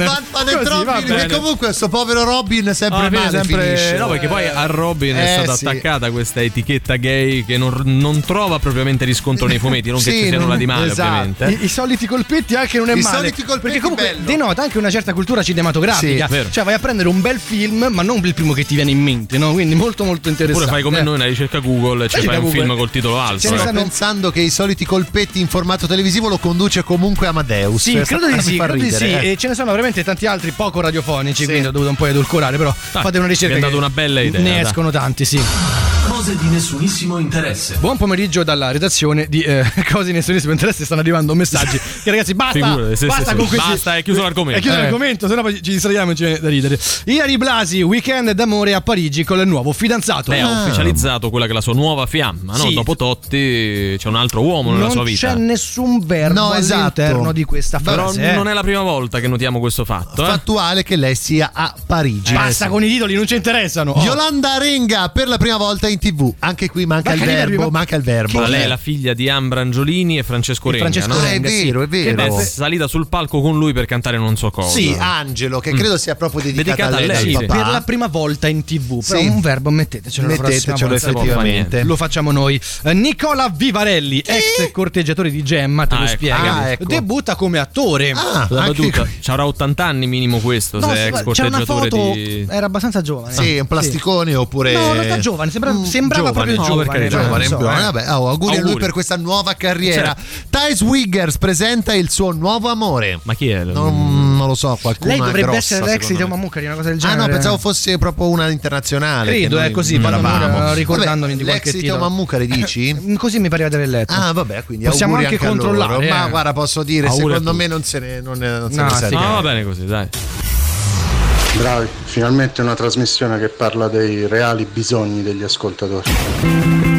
Che comunque questo povero Robin sempre male finisce. No, perché poi a Robin è stata attaccata questa etichetta gay che non trova propriamente riscontro nei fumetti, non che ci sia nulla di male, ovviamente. I soliti colpetti anche non è male. Soliti colpetti, perché comunque bello. denota anche una certa cultura cinematografica. Cioè vai a prendere un bel film, ma non il primo che ti viene in mente, no? Quindi molto molto interessante. Oppure fai come noi una ricerca Google e ci fai un film col titolo alto. Sto pensando che i soliti colpetti in formato televisivo lo conduce comunque Amadeus. Sì, credo di sì. E ce ne sono veramente tanti altri poco radiofonici, quindi ho dovuto un po' edulcorare, però fate una ricerca. Mi è dato una bella idea. Ne escono tanti, sì. Cose di nessunissimo interesse. Buon pomeriggio dalla redazione di Cose di nessunissimo interesse. Stanno arrivando messaggi. Che ragazzi, basta con questi. Basta, è chiuso l'argomento. È chiuso l'argomento, sennò poi ci distraiamo e ci viene da ridere. Ilari Blasi, weekend d'amore a Parigi con il nuovo fidanzato. Ha ufficializzato quella che è la sua nuova fiamma, no? Sì. Dopo Totti c'è un altro uomo nella sua vita. Non c'è nessun verbo all'interno di questa frase. Però non è la prima volta che notiamo questo fatto. Fattuale che lei sia a Parigi. Basta con i titoli, non ci interessano. Yolanda Arenga per la prima volta in TV. Anche qui manca il verbo. Ma lei è la figlia di Ambra Angiolini e Francesco Renga. È vero, è vero. Che è salita sul palco con lui per cantare non so cosa. Sì, Angelo, che credo sia proprio dedicata a lei. Sì, per la prima volta in TV. Però un verbo mettetecelo effettivamente. Lo facciamo noi. Nicola Vivarelli, ex corteggiatore di Gemma, te lo spiega. Ecco. Debutta come attore. La battuta. Ci avrà 80 anni minimo questo, se è ex corteggiatore di... Era abbastanza giovane. Sì, un plasticone oppure... No, non sta giovane, sembrava proprio giovane. Vabbè, auguri a lui per questa nuova carriera. Thais Wiggers presenta il suo nuovo amore. Ma chi è? Non lo so, qualcuno. Lei dovrebbe grossa, essere l'ex di Teo Mammucari, una cosa del genere. Ah no, pensavo fosse proprio una internazionale. Credo, è così, ricordandomi di qualche titolo. L'ex di Teo Mammucari dici? Così mi pareva di aver letto. Ah vabbè, quindi possiamo anche controllare. Ma guarda, posso dire, secondo me non se ne serve. No, va bene così, dai. Bravi, finalmente una trasmissione che parla dei reali bisogni degli ascoltatori.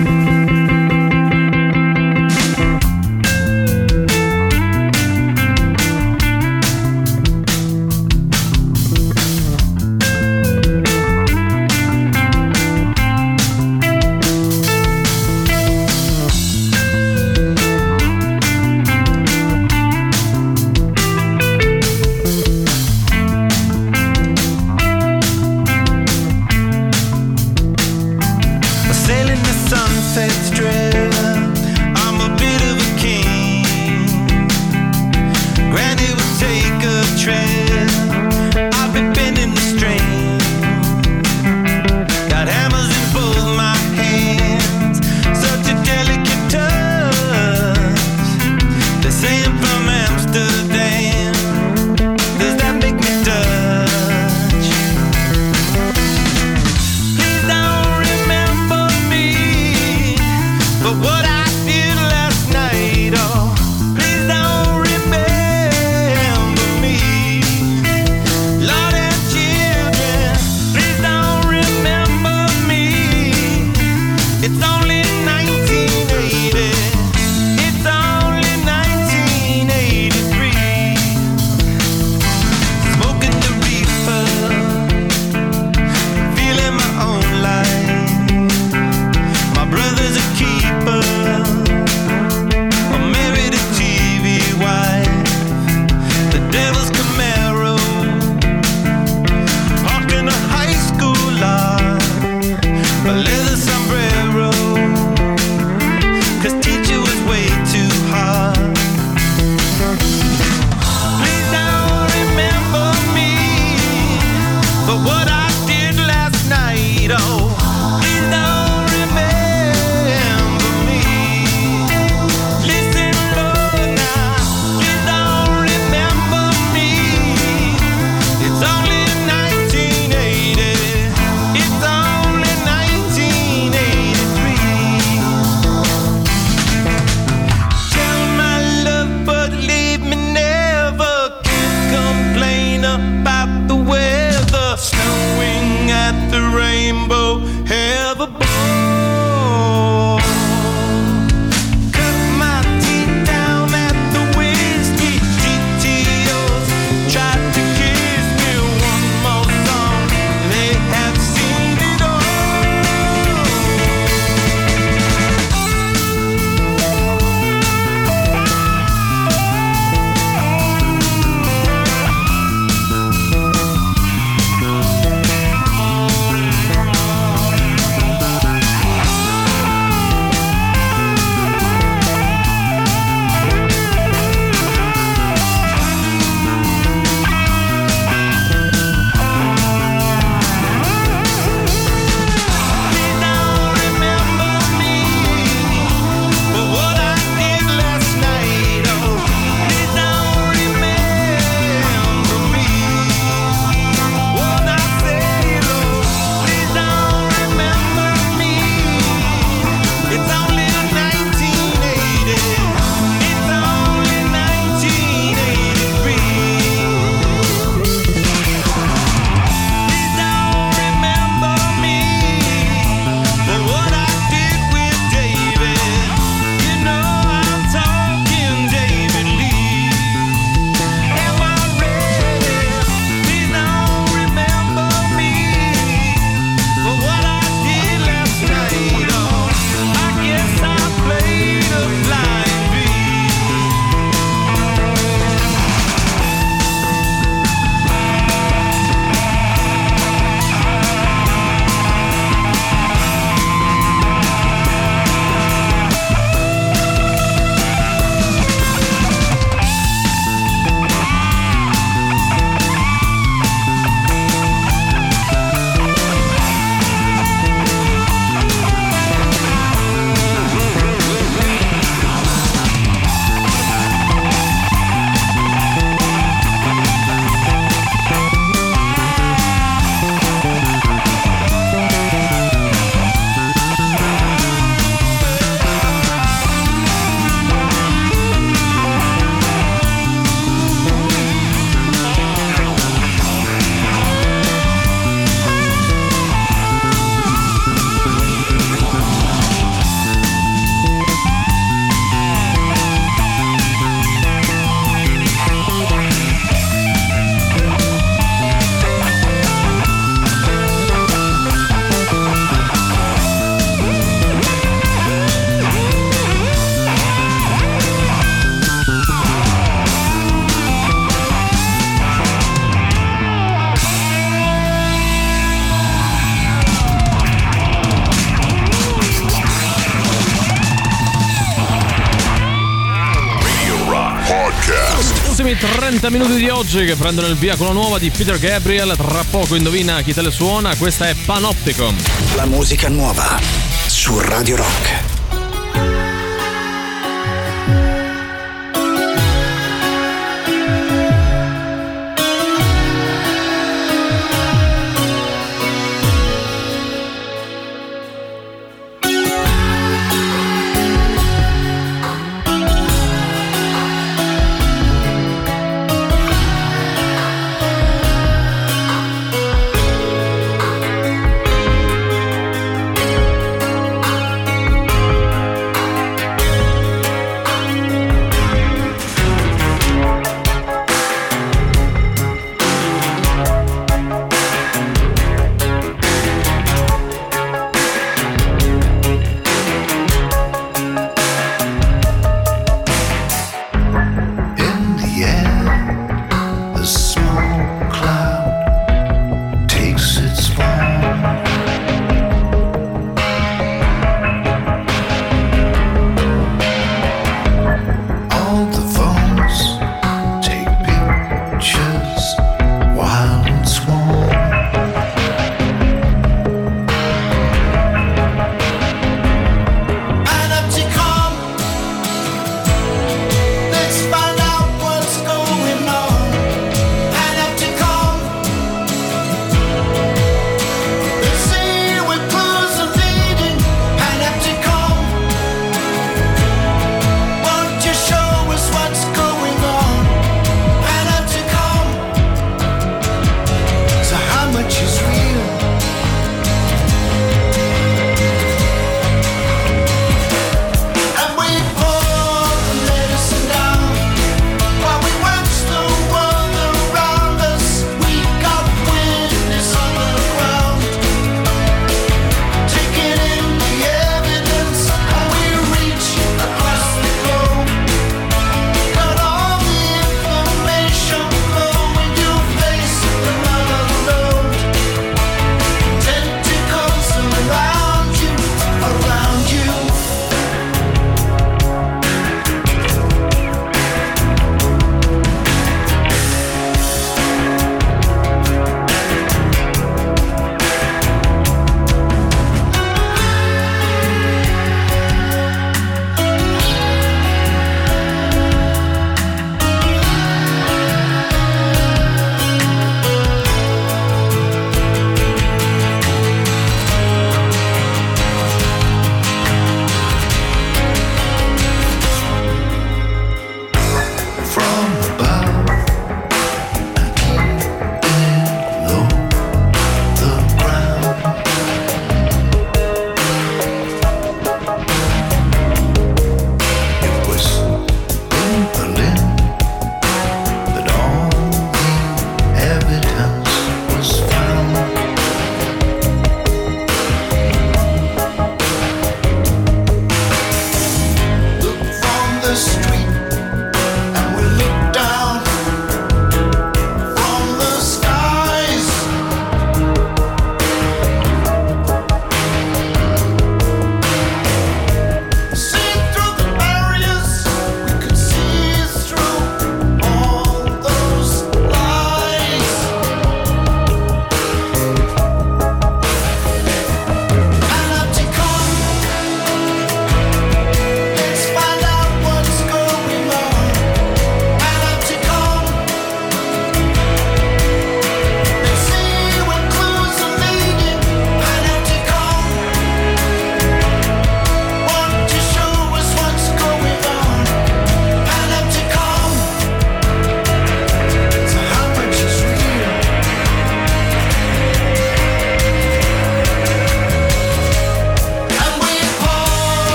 for what I did last night. Oh, please don't remember me. Listen, Lord, now, please don't remember me. It's only 1980. It's only 1983. Tell my love, but leave me never. Can't complain about the weather. Snowing at the Rainbow, have a ball. Cut my teeth down at the whiskey. GTOs tried to kiss me. One more song, they have seen it all. Ultimi 30 minuti di oggi che prendono il via con la nuova di Peter Gabriel. Tra poco indovina chi te le suona. Questa è Panopticon. La musica nuova su Radio Rock.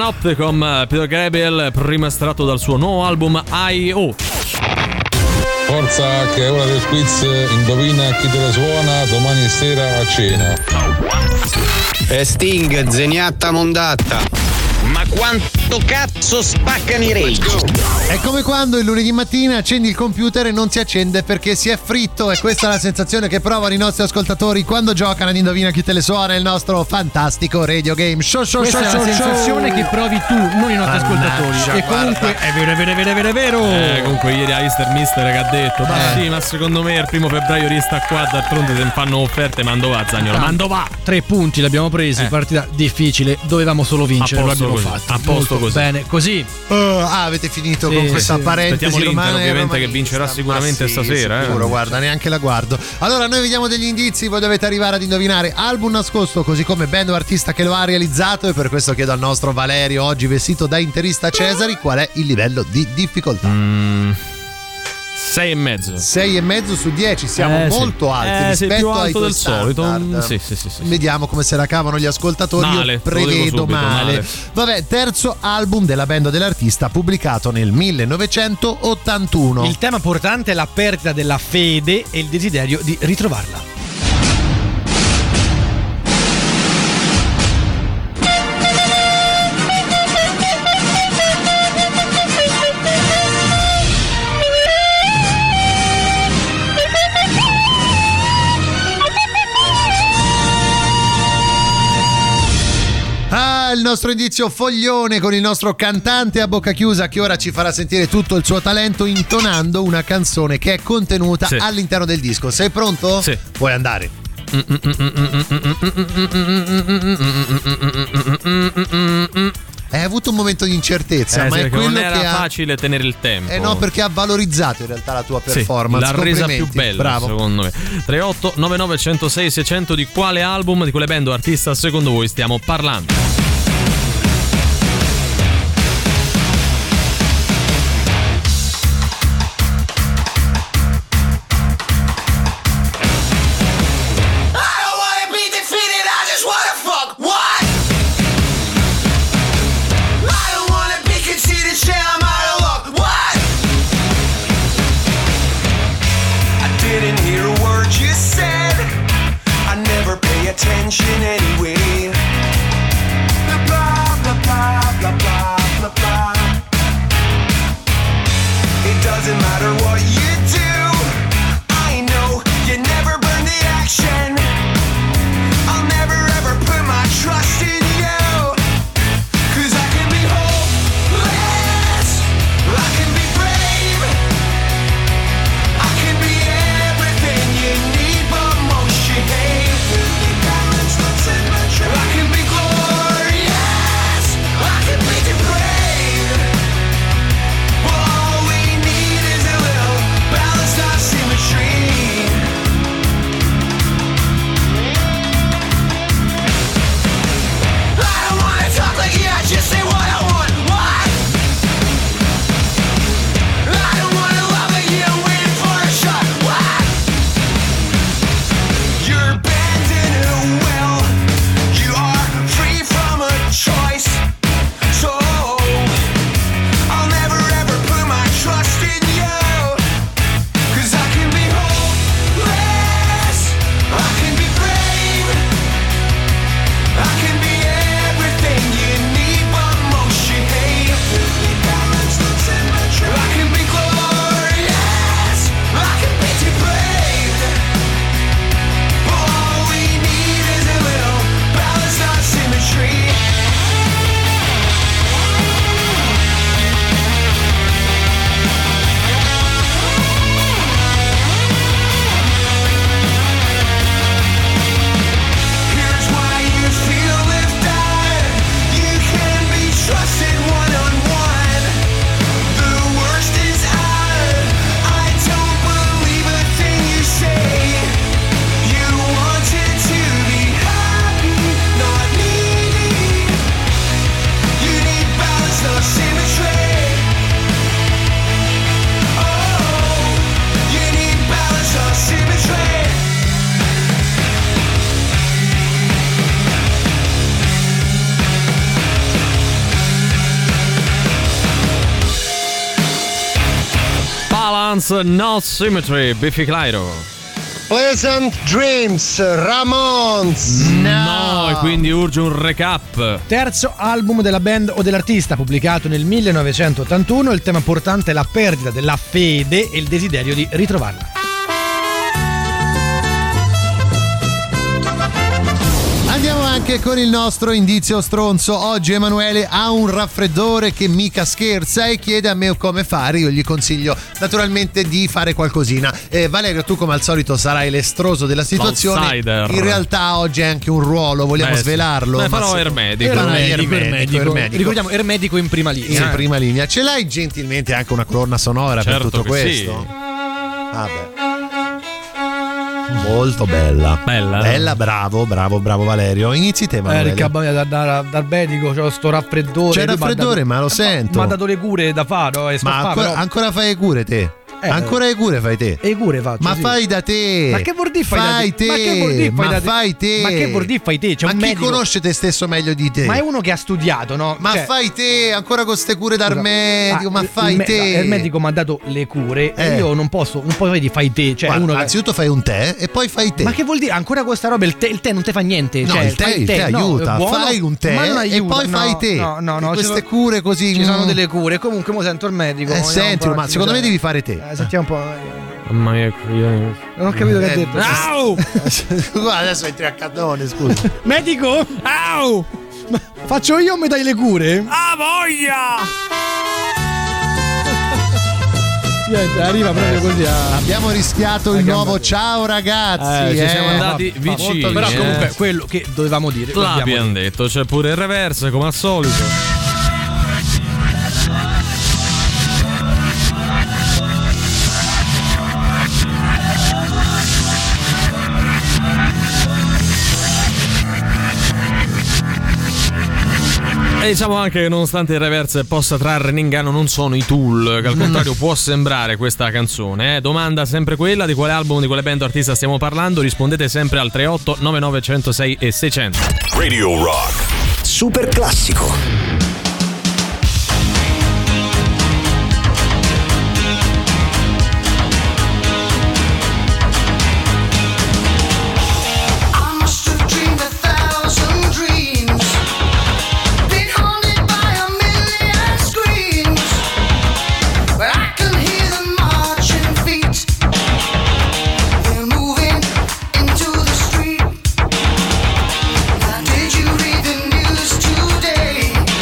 Panopticon, Peter Gabriel, prima estratto dal suo nuovo album I.O. Forza che è ora del quiz, indovina chi te la suona domani sera a cena. Sting, Zeniatta Mondatta. Ma quanto cazzo spaccano i rage? È come quando il lunedì mattina accendi il computer e non si accende perché si è fritto, e questa è la sensazione che provano i nostri ascoltatori quando giocano ad Indovina chi te le suona, il nostro fantastico radio game show. Questa è la sensazione che provi tu, non i nostri ascoltatori. E comunque è vero. Comunque ieri a Easter Mister che ha detto sì, ma secondo me il 1 febbraio resta qua, d'altronde se fanno offerte mando va, Zagnolo, mando va. 3 punti l'abbiamo presi, partita difficile, dovevamo solo vincere, lo abbiamo fatto. A posto così. Bene, così. Avete finito con questa parentesi. Aspettiamo l'Inter, ovviamente, che vincerà sicuramente stasera. Sicuro, guarda, neanche la guardo. Allora, noi vediamo degli indizi, voi dovete arrivare ad indovinare album nascosto, così come band o artista che lo ha realizzato, e per questo chiedo al nostro Valerio, oggi vestito da interista Cesari, qual è il livello di difficoltà? 6,5. 6,5 su 10, siamo molto alti rispetto più alto ai tuoi del solito. Sì. Sì. Vediamo come se la cavano gli ascoltatori. Male, io prevedo male. Vabbè, terzo album della band o dell'artista, pubblicato nel 1981. Il tema portante è la perdita della fede e il desiderio di ritrovarla. Il nostro indizio foglione con il nostro cantante a bocca chiusa, che ora ci farà sentire tutto il suo talento intonando una canzone che è contenuta all'interno del disco. Sei pronto? Sì. Puoi andare. Hai avuto un momento di incertezza, ma è quello non era che facile tenere il tempo. No, perché ha valorizzato in realtà la tua performance. L'ha resa più bella, bravo. secondo me. 38 99 106 600, di quale album, di quale band o artista secondo voi stiamo parlando? Attention anyway. Blah blah blah blah blah blah blah blah. It doesn't matter what you do. I know you never burn the action. I'll never ever put my trust in you. 'Cause I can be hopeless, I can be brave, I can be everything you need, but most you hate. I can be glorious, I can be depraved. All we need is a little Guns, No Symmetry, Biffy Clyro. Pleasant Dreams, Ramones. No, e quindi urge un recap. Terzo album della band o dell'artista, pubblicato nel 1981. Il tema portante è la perdita della fede e il desiderio di ritrovarla. Andiamo anche con il nostro indizio stronzo. Oggi Emanuele ha un raffreddore che mica scherza e chiede a me come fare. Io gli consiglio naturalmente di fare qualcosina. Valerio, tu come al solito sarai l'estroso della situazione. Outsider. In realtà oggi è anche un ruolo, vogliamo svelarlo? Beh, farò ermedico. Ermedico. Ricordiamo Ermedico in prima linea. In prima linea. Ce l'hai gentilmente anche una colonna sonora certo per tutto questo? Sì. Vabbè. Molto bella, bravo Valerio. Inizi te, Emanuele. Dal medico c'ho sto raffreddore. C'è raffreddore, ma lo sento. Mi ha dato le cure da fare. Ma ancora fai le cure te? Ancora le cure fai te? E cure faccio. Ma sì. fai da te. Ma che vuol dire fai te? Ma che vuol dire fai te? Ma che vuol dire fai te? C'è ma un chi medico. conosce te stesso meglio di te? Ma è uno che ha studiato, no? Ma fai te, ancora con ste cure dal medico, ma fai te. Il medico mi ha dato le cure e io non posso, vedi, fai te. Cioè, guarda, uno anzitutto fai un tè e poi fai te. Ma che vuol dire? Ancora con sta roba il tè non te fa niente. No, cioè, il tè aiuta. Buono, fai un tè ma non aiuta, e poi fai te. No, queste cure così. Ci sono delle cure. Comunque mo sento il medico. Sentilo, ma secondo me devi fare te. Sentiamo un po'. Mamma mia, non ho capito che ha detto. Au! Guarda, adesso entri a cannone, scusa. Medico? Au! Faccio io o mi dai le cure? Ah, voglia! Niente, arriva proprio così. Abbiamo rischiato il nuovo ciao ragazzi. Ci siamo andati vicini. Però comunque quello che dovevamo dire. L'abbiamo detto, c'è pure il reverse come al solito. E diciamo anche che nonostante il reverse possa trarre in inganno, non sono i Tool, che al contrario può sembrare questa canzone. Domanda sempre quella: di quale album, di quale band o artista stiamo parlando? Rispondete sempre al 38 99 106 e 600. Radio Rock Super classico. Did you read the news today?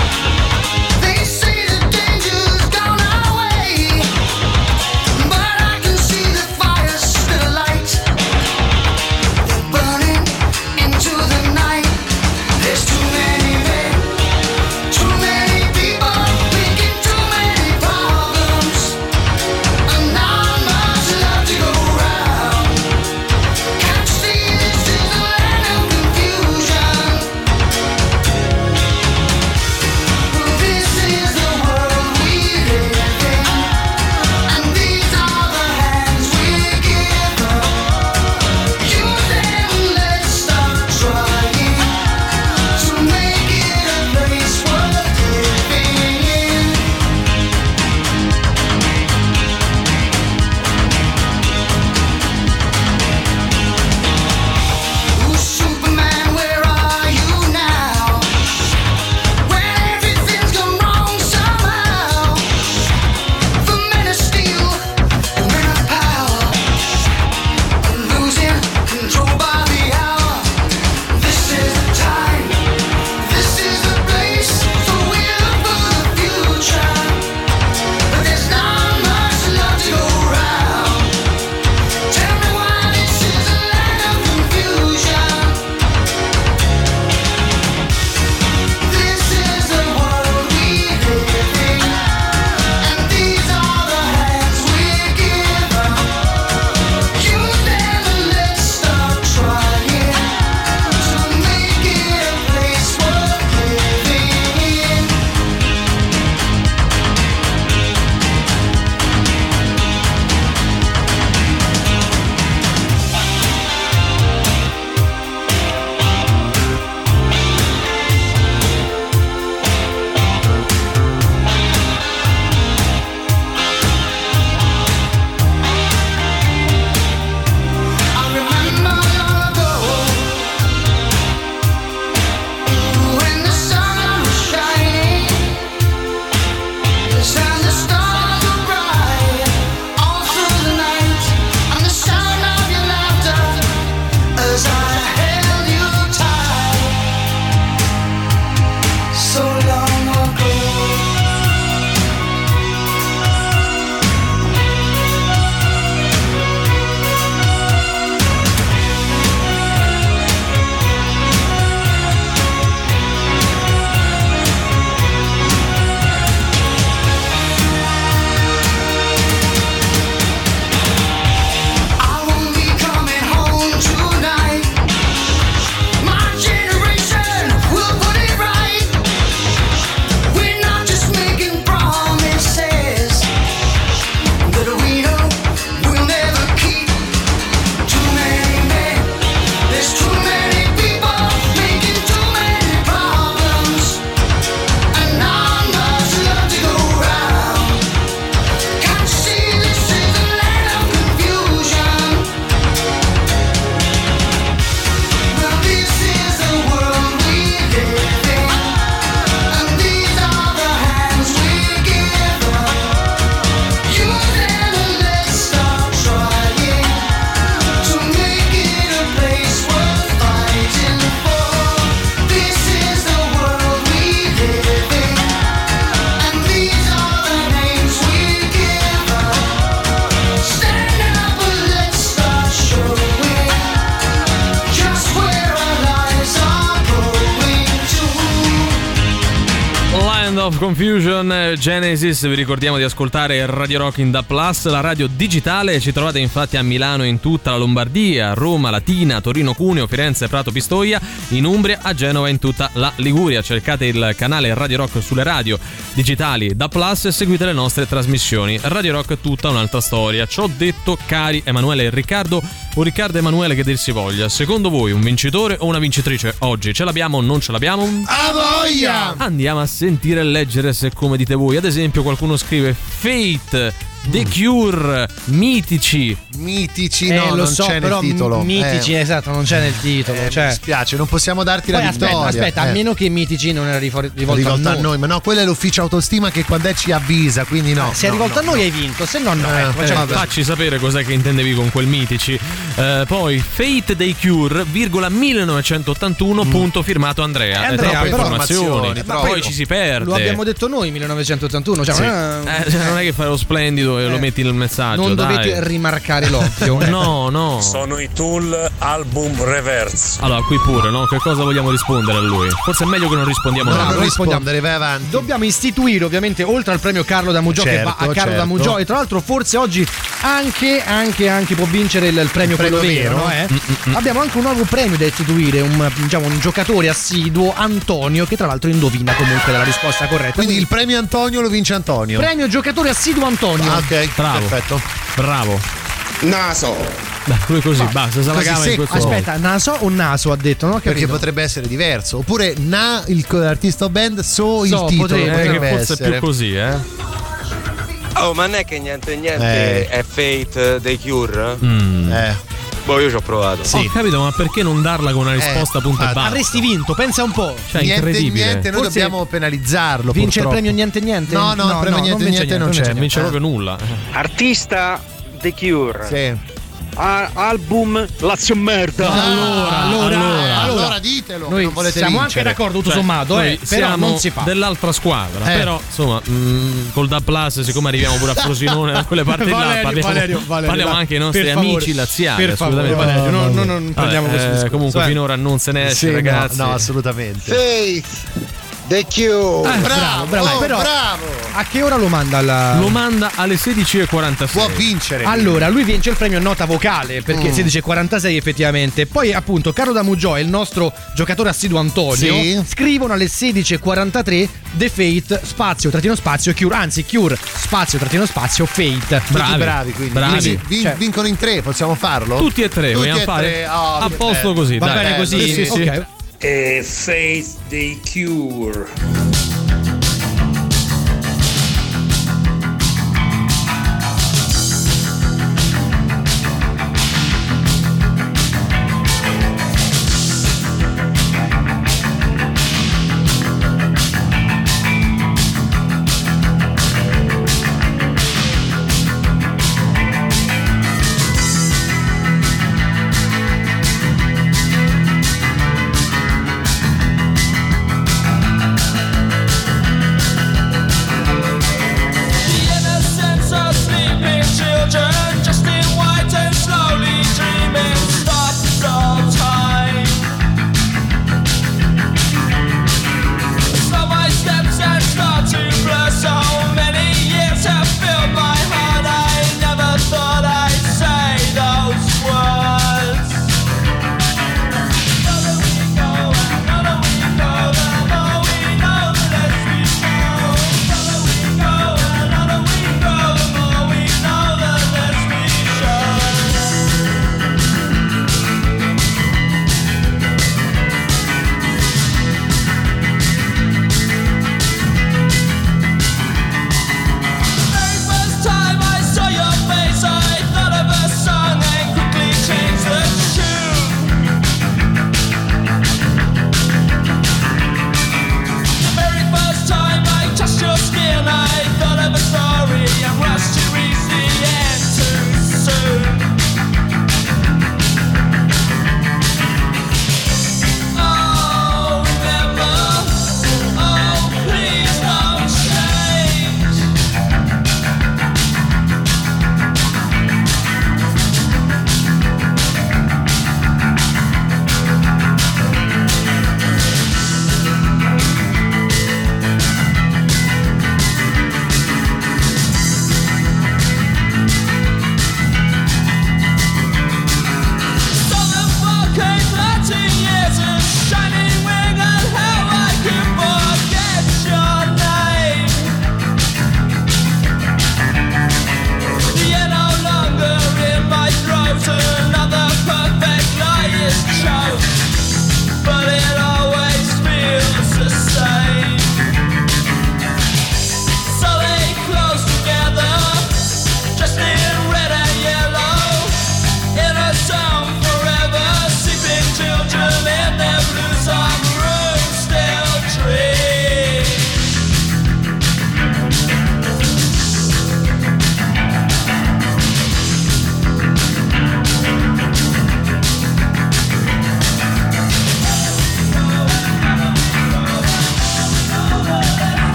Confusion, Genesis. Vi ricordiamo di ascoltare Radio Rock in DAB+, la radio digitale. Ci trovate infatti a Milano e in tutta la Lombardia, Roma, Latina, Torino, Cuneo, Firenze, Prato, Pistoia, in Umbria, a Genova e in tutta la Liguria. Cercate il canale Radio Rock sulle radio digitali DAB+ e seguite le nostre trasmissioni. Radio Rock, tutta un'altra storia. Ciò detto, cari Emanuele e Riccardo, o Riccardo e Emanuele che dir si voglia, secondo voi un vincitore o una vincitrice oggi? Ce l'abbiamo o non ce l'abbiamo? A voglia! Andiamo a sentire e leggere se come dite voi. Ad esempio qualcuno scrive Fate, The Cure, mitici. Mitici, no, lo non so, c'è però nel titolo. Mitici, esatto, non c'è nel titolo. Cioè. Mi spiace, non possiamo darti Poi la vittoria. Aspetta, a meno che Mitici non era rivolto a noi. Ma no, quella è l'ufficio autostima che quando ci avvisa, quindi no. Se è rivolto a noi hai vinto, se no no. Facci sapere cos'è che intendevi con quel mitici. Poi Fate dei Cure, 1981, punto firmato Andrea. Andrea, troppe informazioni. Poi ci si perde. Lo abbiamo detto noi 1981, cioè non è che fai lo splendido e lo metti nel messaggio. Non dovete rimarcare l'occhio. No. Sono i Tool, album Reverse. Allora, qui pure, no? Che cosa vogliamo rispondere a lui? Forse è meglio che non rispondiamo noi. Non rispondere, vai avanti. Dobbiamo istituire, ovviamente, oltre al premio Carlo da Mugiò, che va a Carlo da Mugiò, e tra l'altro forse oggi anche può vincere il premio quello vero, no? Abbiamo anche un nuovo premio da istituire, un giocatore assiduo, Antonio, che tra l'altro indovina comunque la risposta corretta. Quindi il premio Antonio lo vince Antonio. Premio giocatore assiduo Antonio. Ok, bravo. Perfetto. Bravo. Naso. Lui così, basta, se la cava in questo. Aspetta, naso o naso ha detto, no? Perché potrebbe essere diverso. Oppure l'artista o band, il titolo potrebbe forse essere più così, Oh, ma non è che niente è Fate dei Cure? Boh, io ci ho provato. Sì. Ho capito, ma perché non darla con una risposta punto e basta? Avresti vinto, pensa un po'. Cioè, incredibile. Niente, noi Forse dobbiamo penalizzarlo. Vince purtroppo. il premio niente? No, il premio niente non c'è. Vince proprio nulla. Artista The Cure. Sì. Album Lazio merda. Allora ditelo. Noi non volete siamo vincere. anche d'accordo tutto sommato, però siamo non si fa. dell'altra squadra. Però insomma, col DAB+, siccome arriviamo pure a Frosinone da quelle parti là, parliamo anche ai nostri amici laziali. Per favore, Valerio, non prendiamo questo discorso. Comunque finora non se ne esce, ragazzi. No, assolutamente. Faith The Cure. Bravo. A che ora lo manda? Lo manda alle 16:46. Può vincere. Allora, lui vince il premio nota vocale, perché 16:46 effettivamente. Poi appunto Carlo da Mugiò e il nostro giocatore assiduo Antonio scrivono alle 16:43 The Fate spazio Cure, anzi Cure spazio Fate. Bravi, quindi vincono in 3, possiamo farlo? Tutti e tre, vogliamo fare? A posto così, va bene così. Sì. Okay. E Faith dei Cure.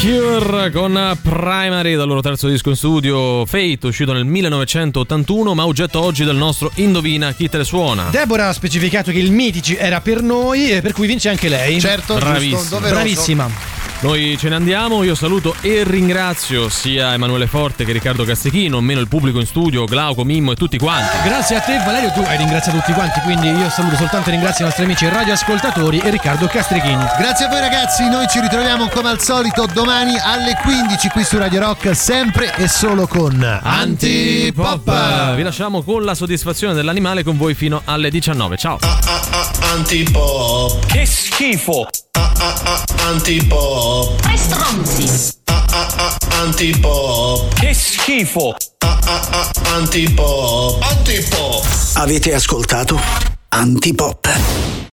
Cure con Primary dal loro terzo disco in studio, Fate, uscito nel 1981, ma oggetto oggi del nostro Indovina chi te le suona. Deborah ha specificato che il Mitici era per noi e per cui vince anche lei. Certo, bravissima. Bravissima. Noi ce ne andiamo, io saluto e ringrazio sia Emanuele Forte che Riccardo Castrichino, meno il pubblico in studio, Glauco, Mimmo e tutti quanti. Grazie a te Valerio, tu hai ringraziato tutti quanti, quindi io saluto soltanto e ringrazio i nostri amici radioascoltatori e Riccardo Castrichini. Grazie a voi ragazzi, noi ci ritroviamo come al solito domani alle 15 qui su Radio Rock, sempre e solo con Antipop. Vi lasciamo con la soddisfazione dell'animale con voi fino alle 19. Ciao. Antipop. Che schifo. Antipop. Tre stronzi. Antipop. Che schifo. Antipop. Antipop. Avete ascoltato Antipop.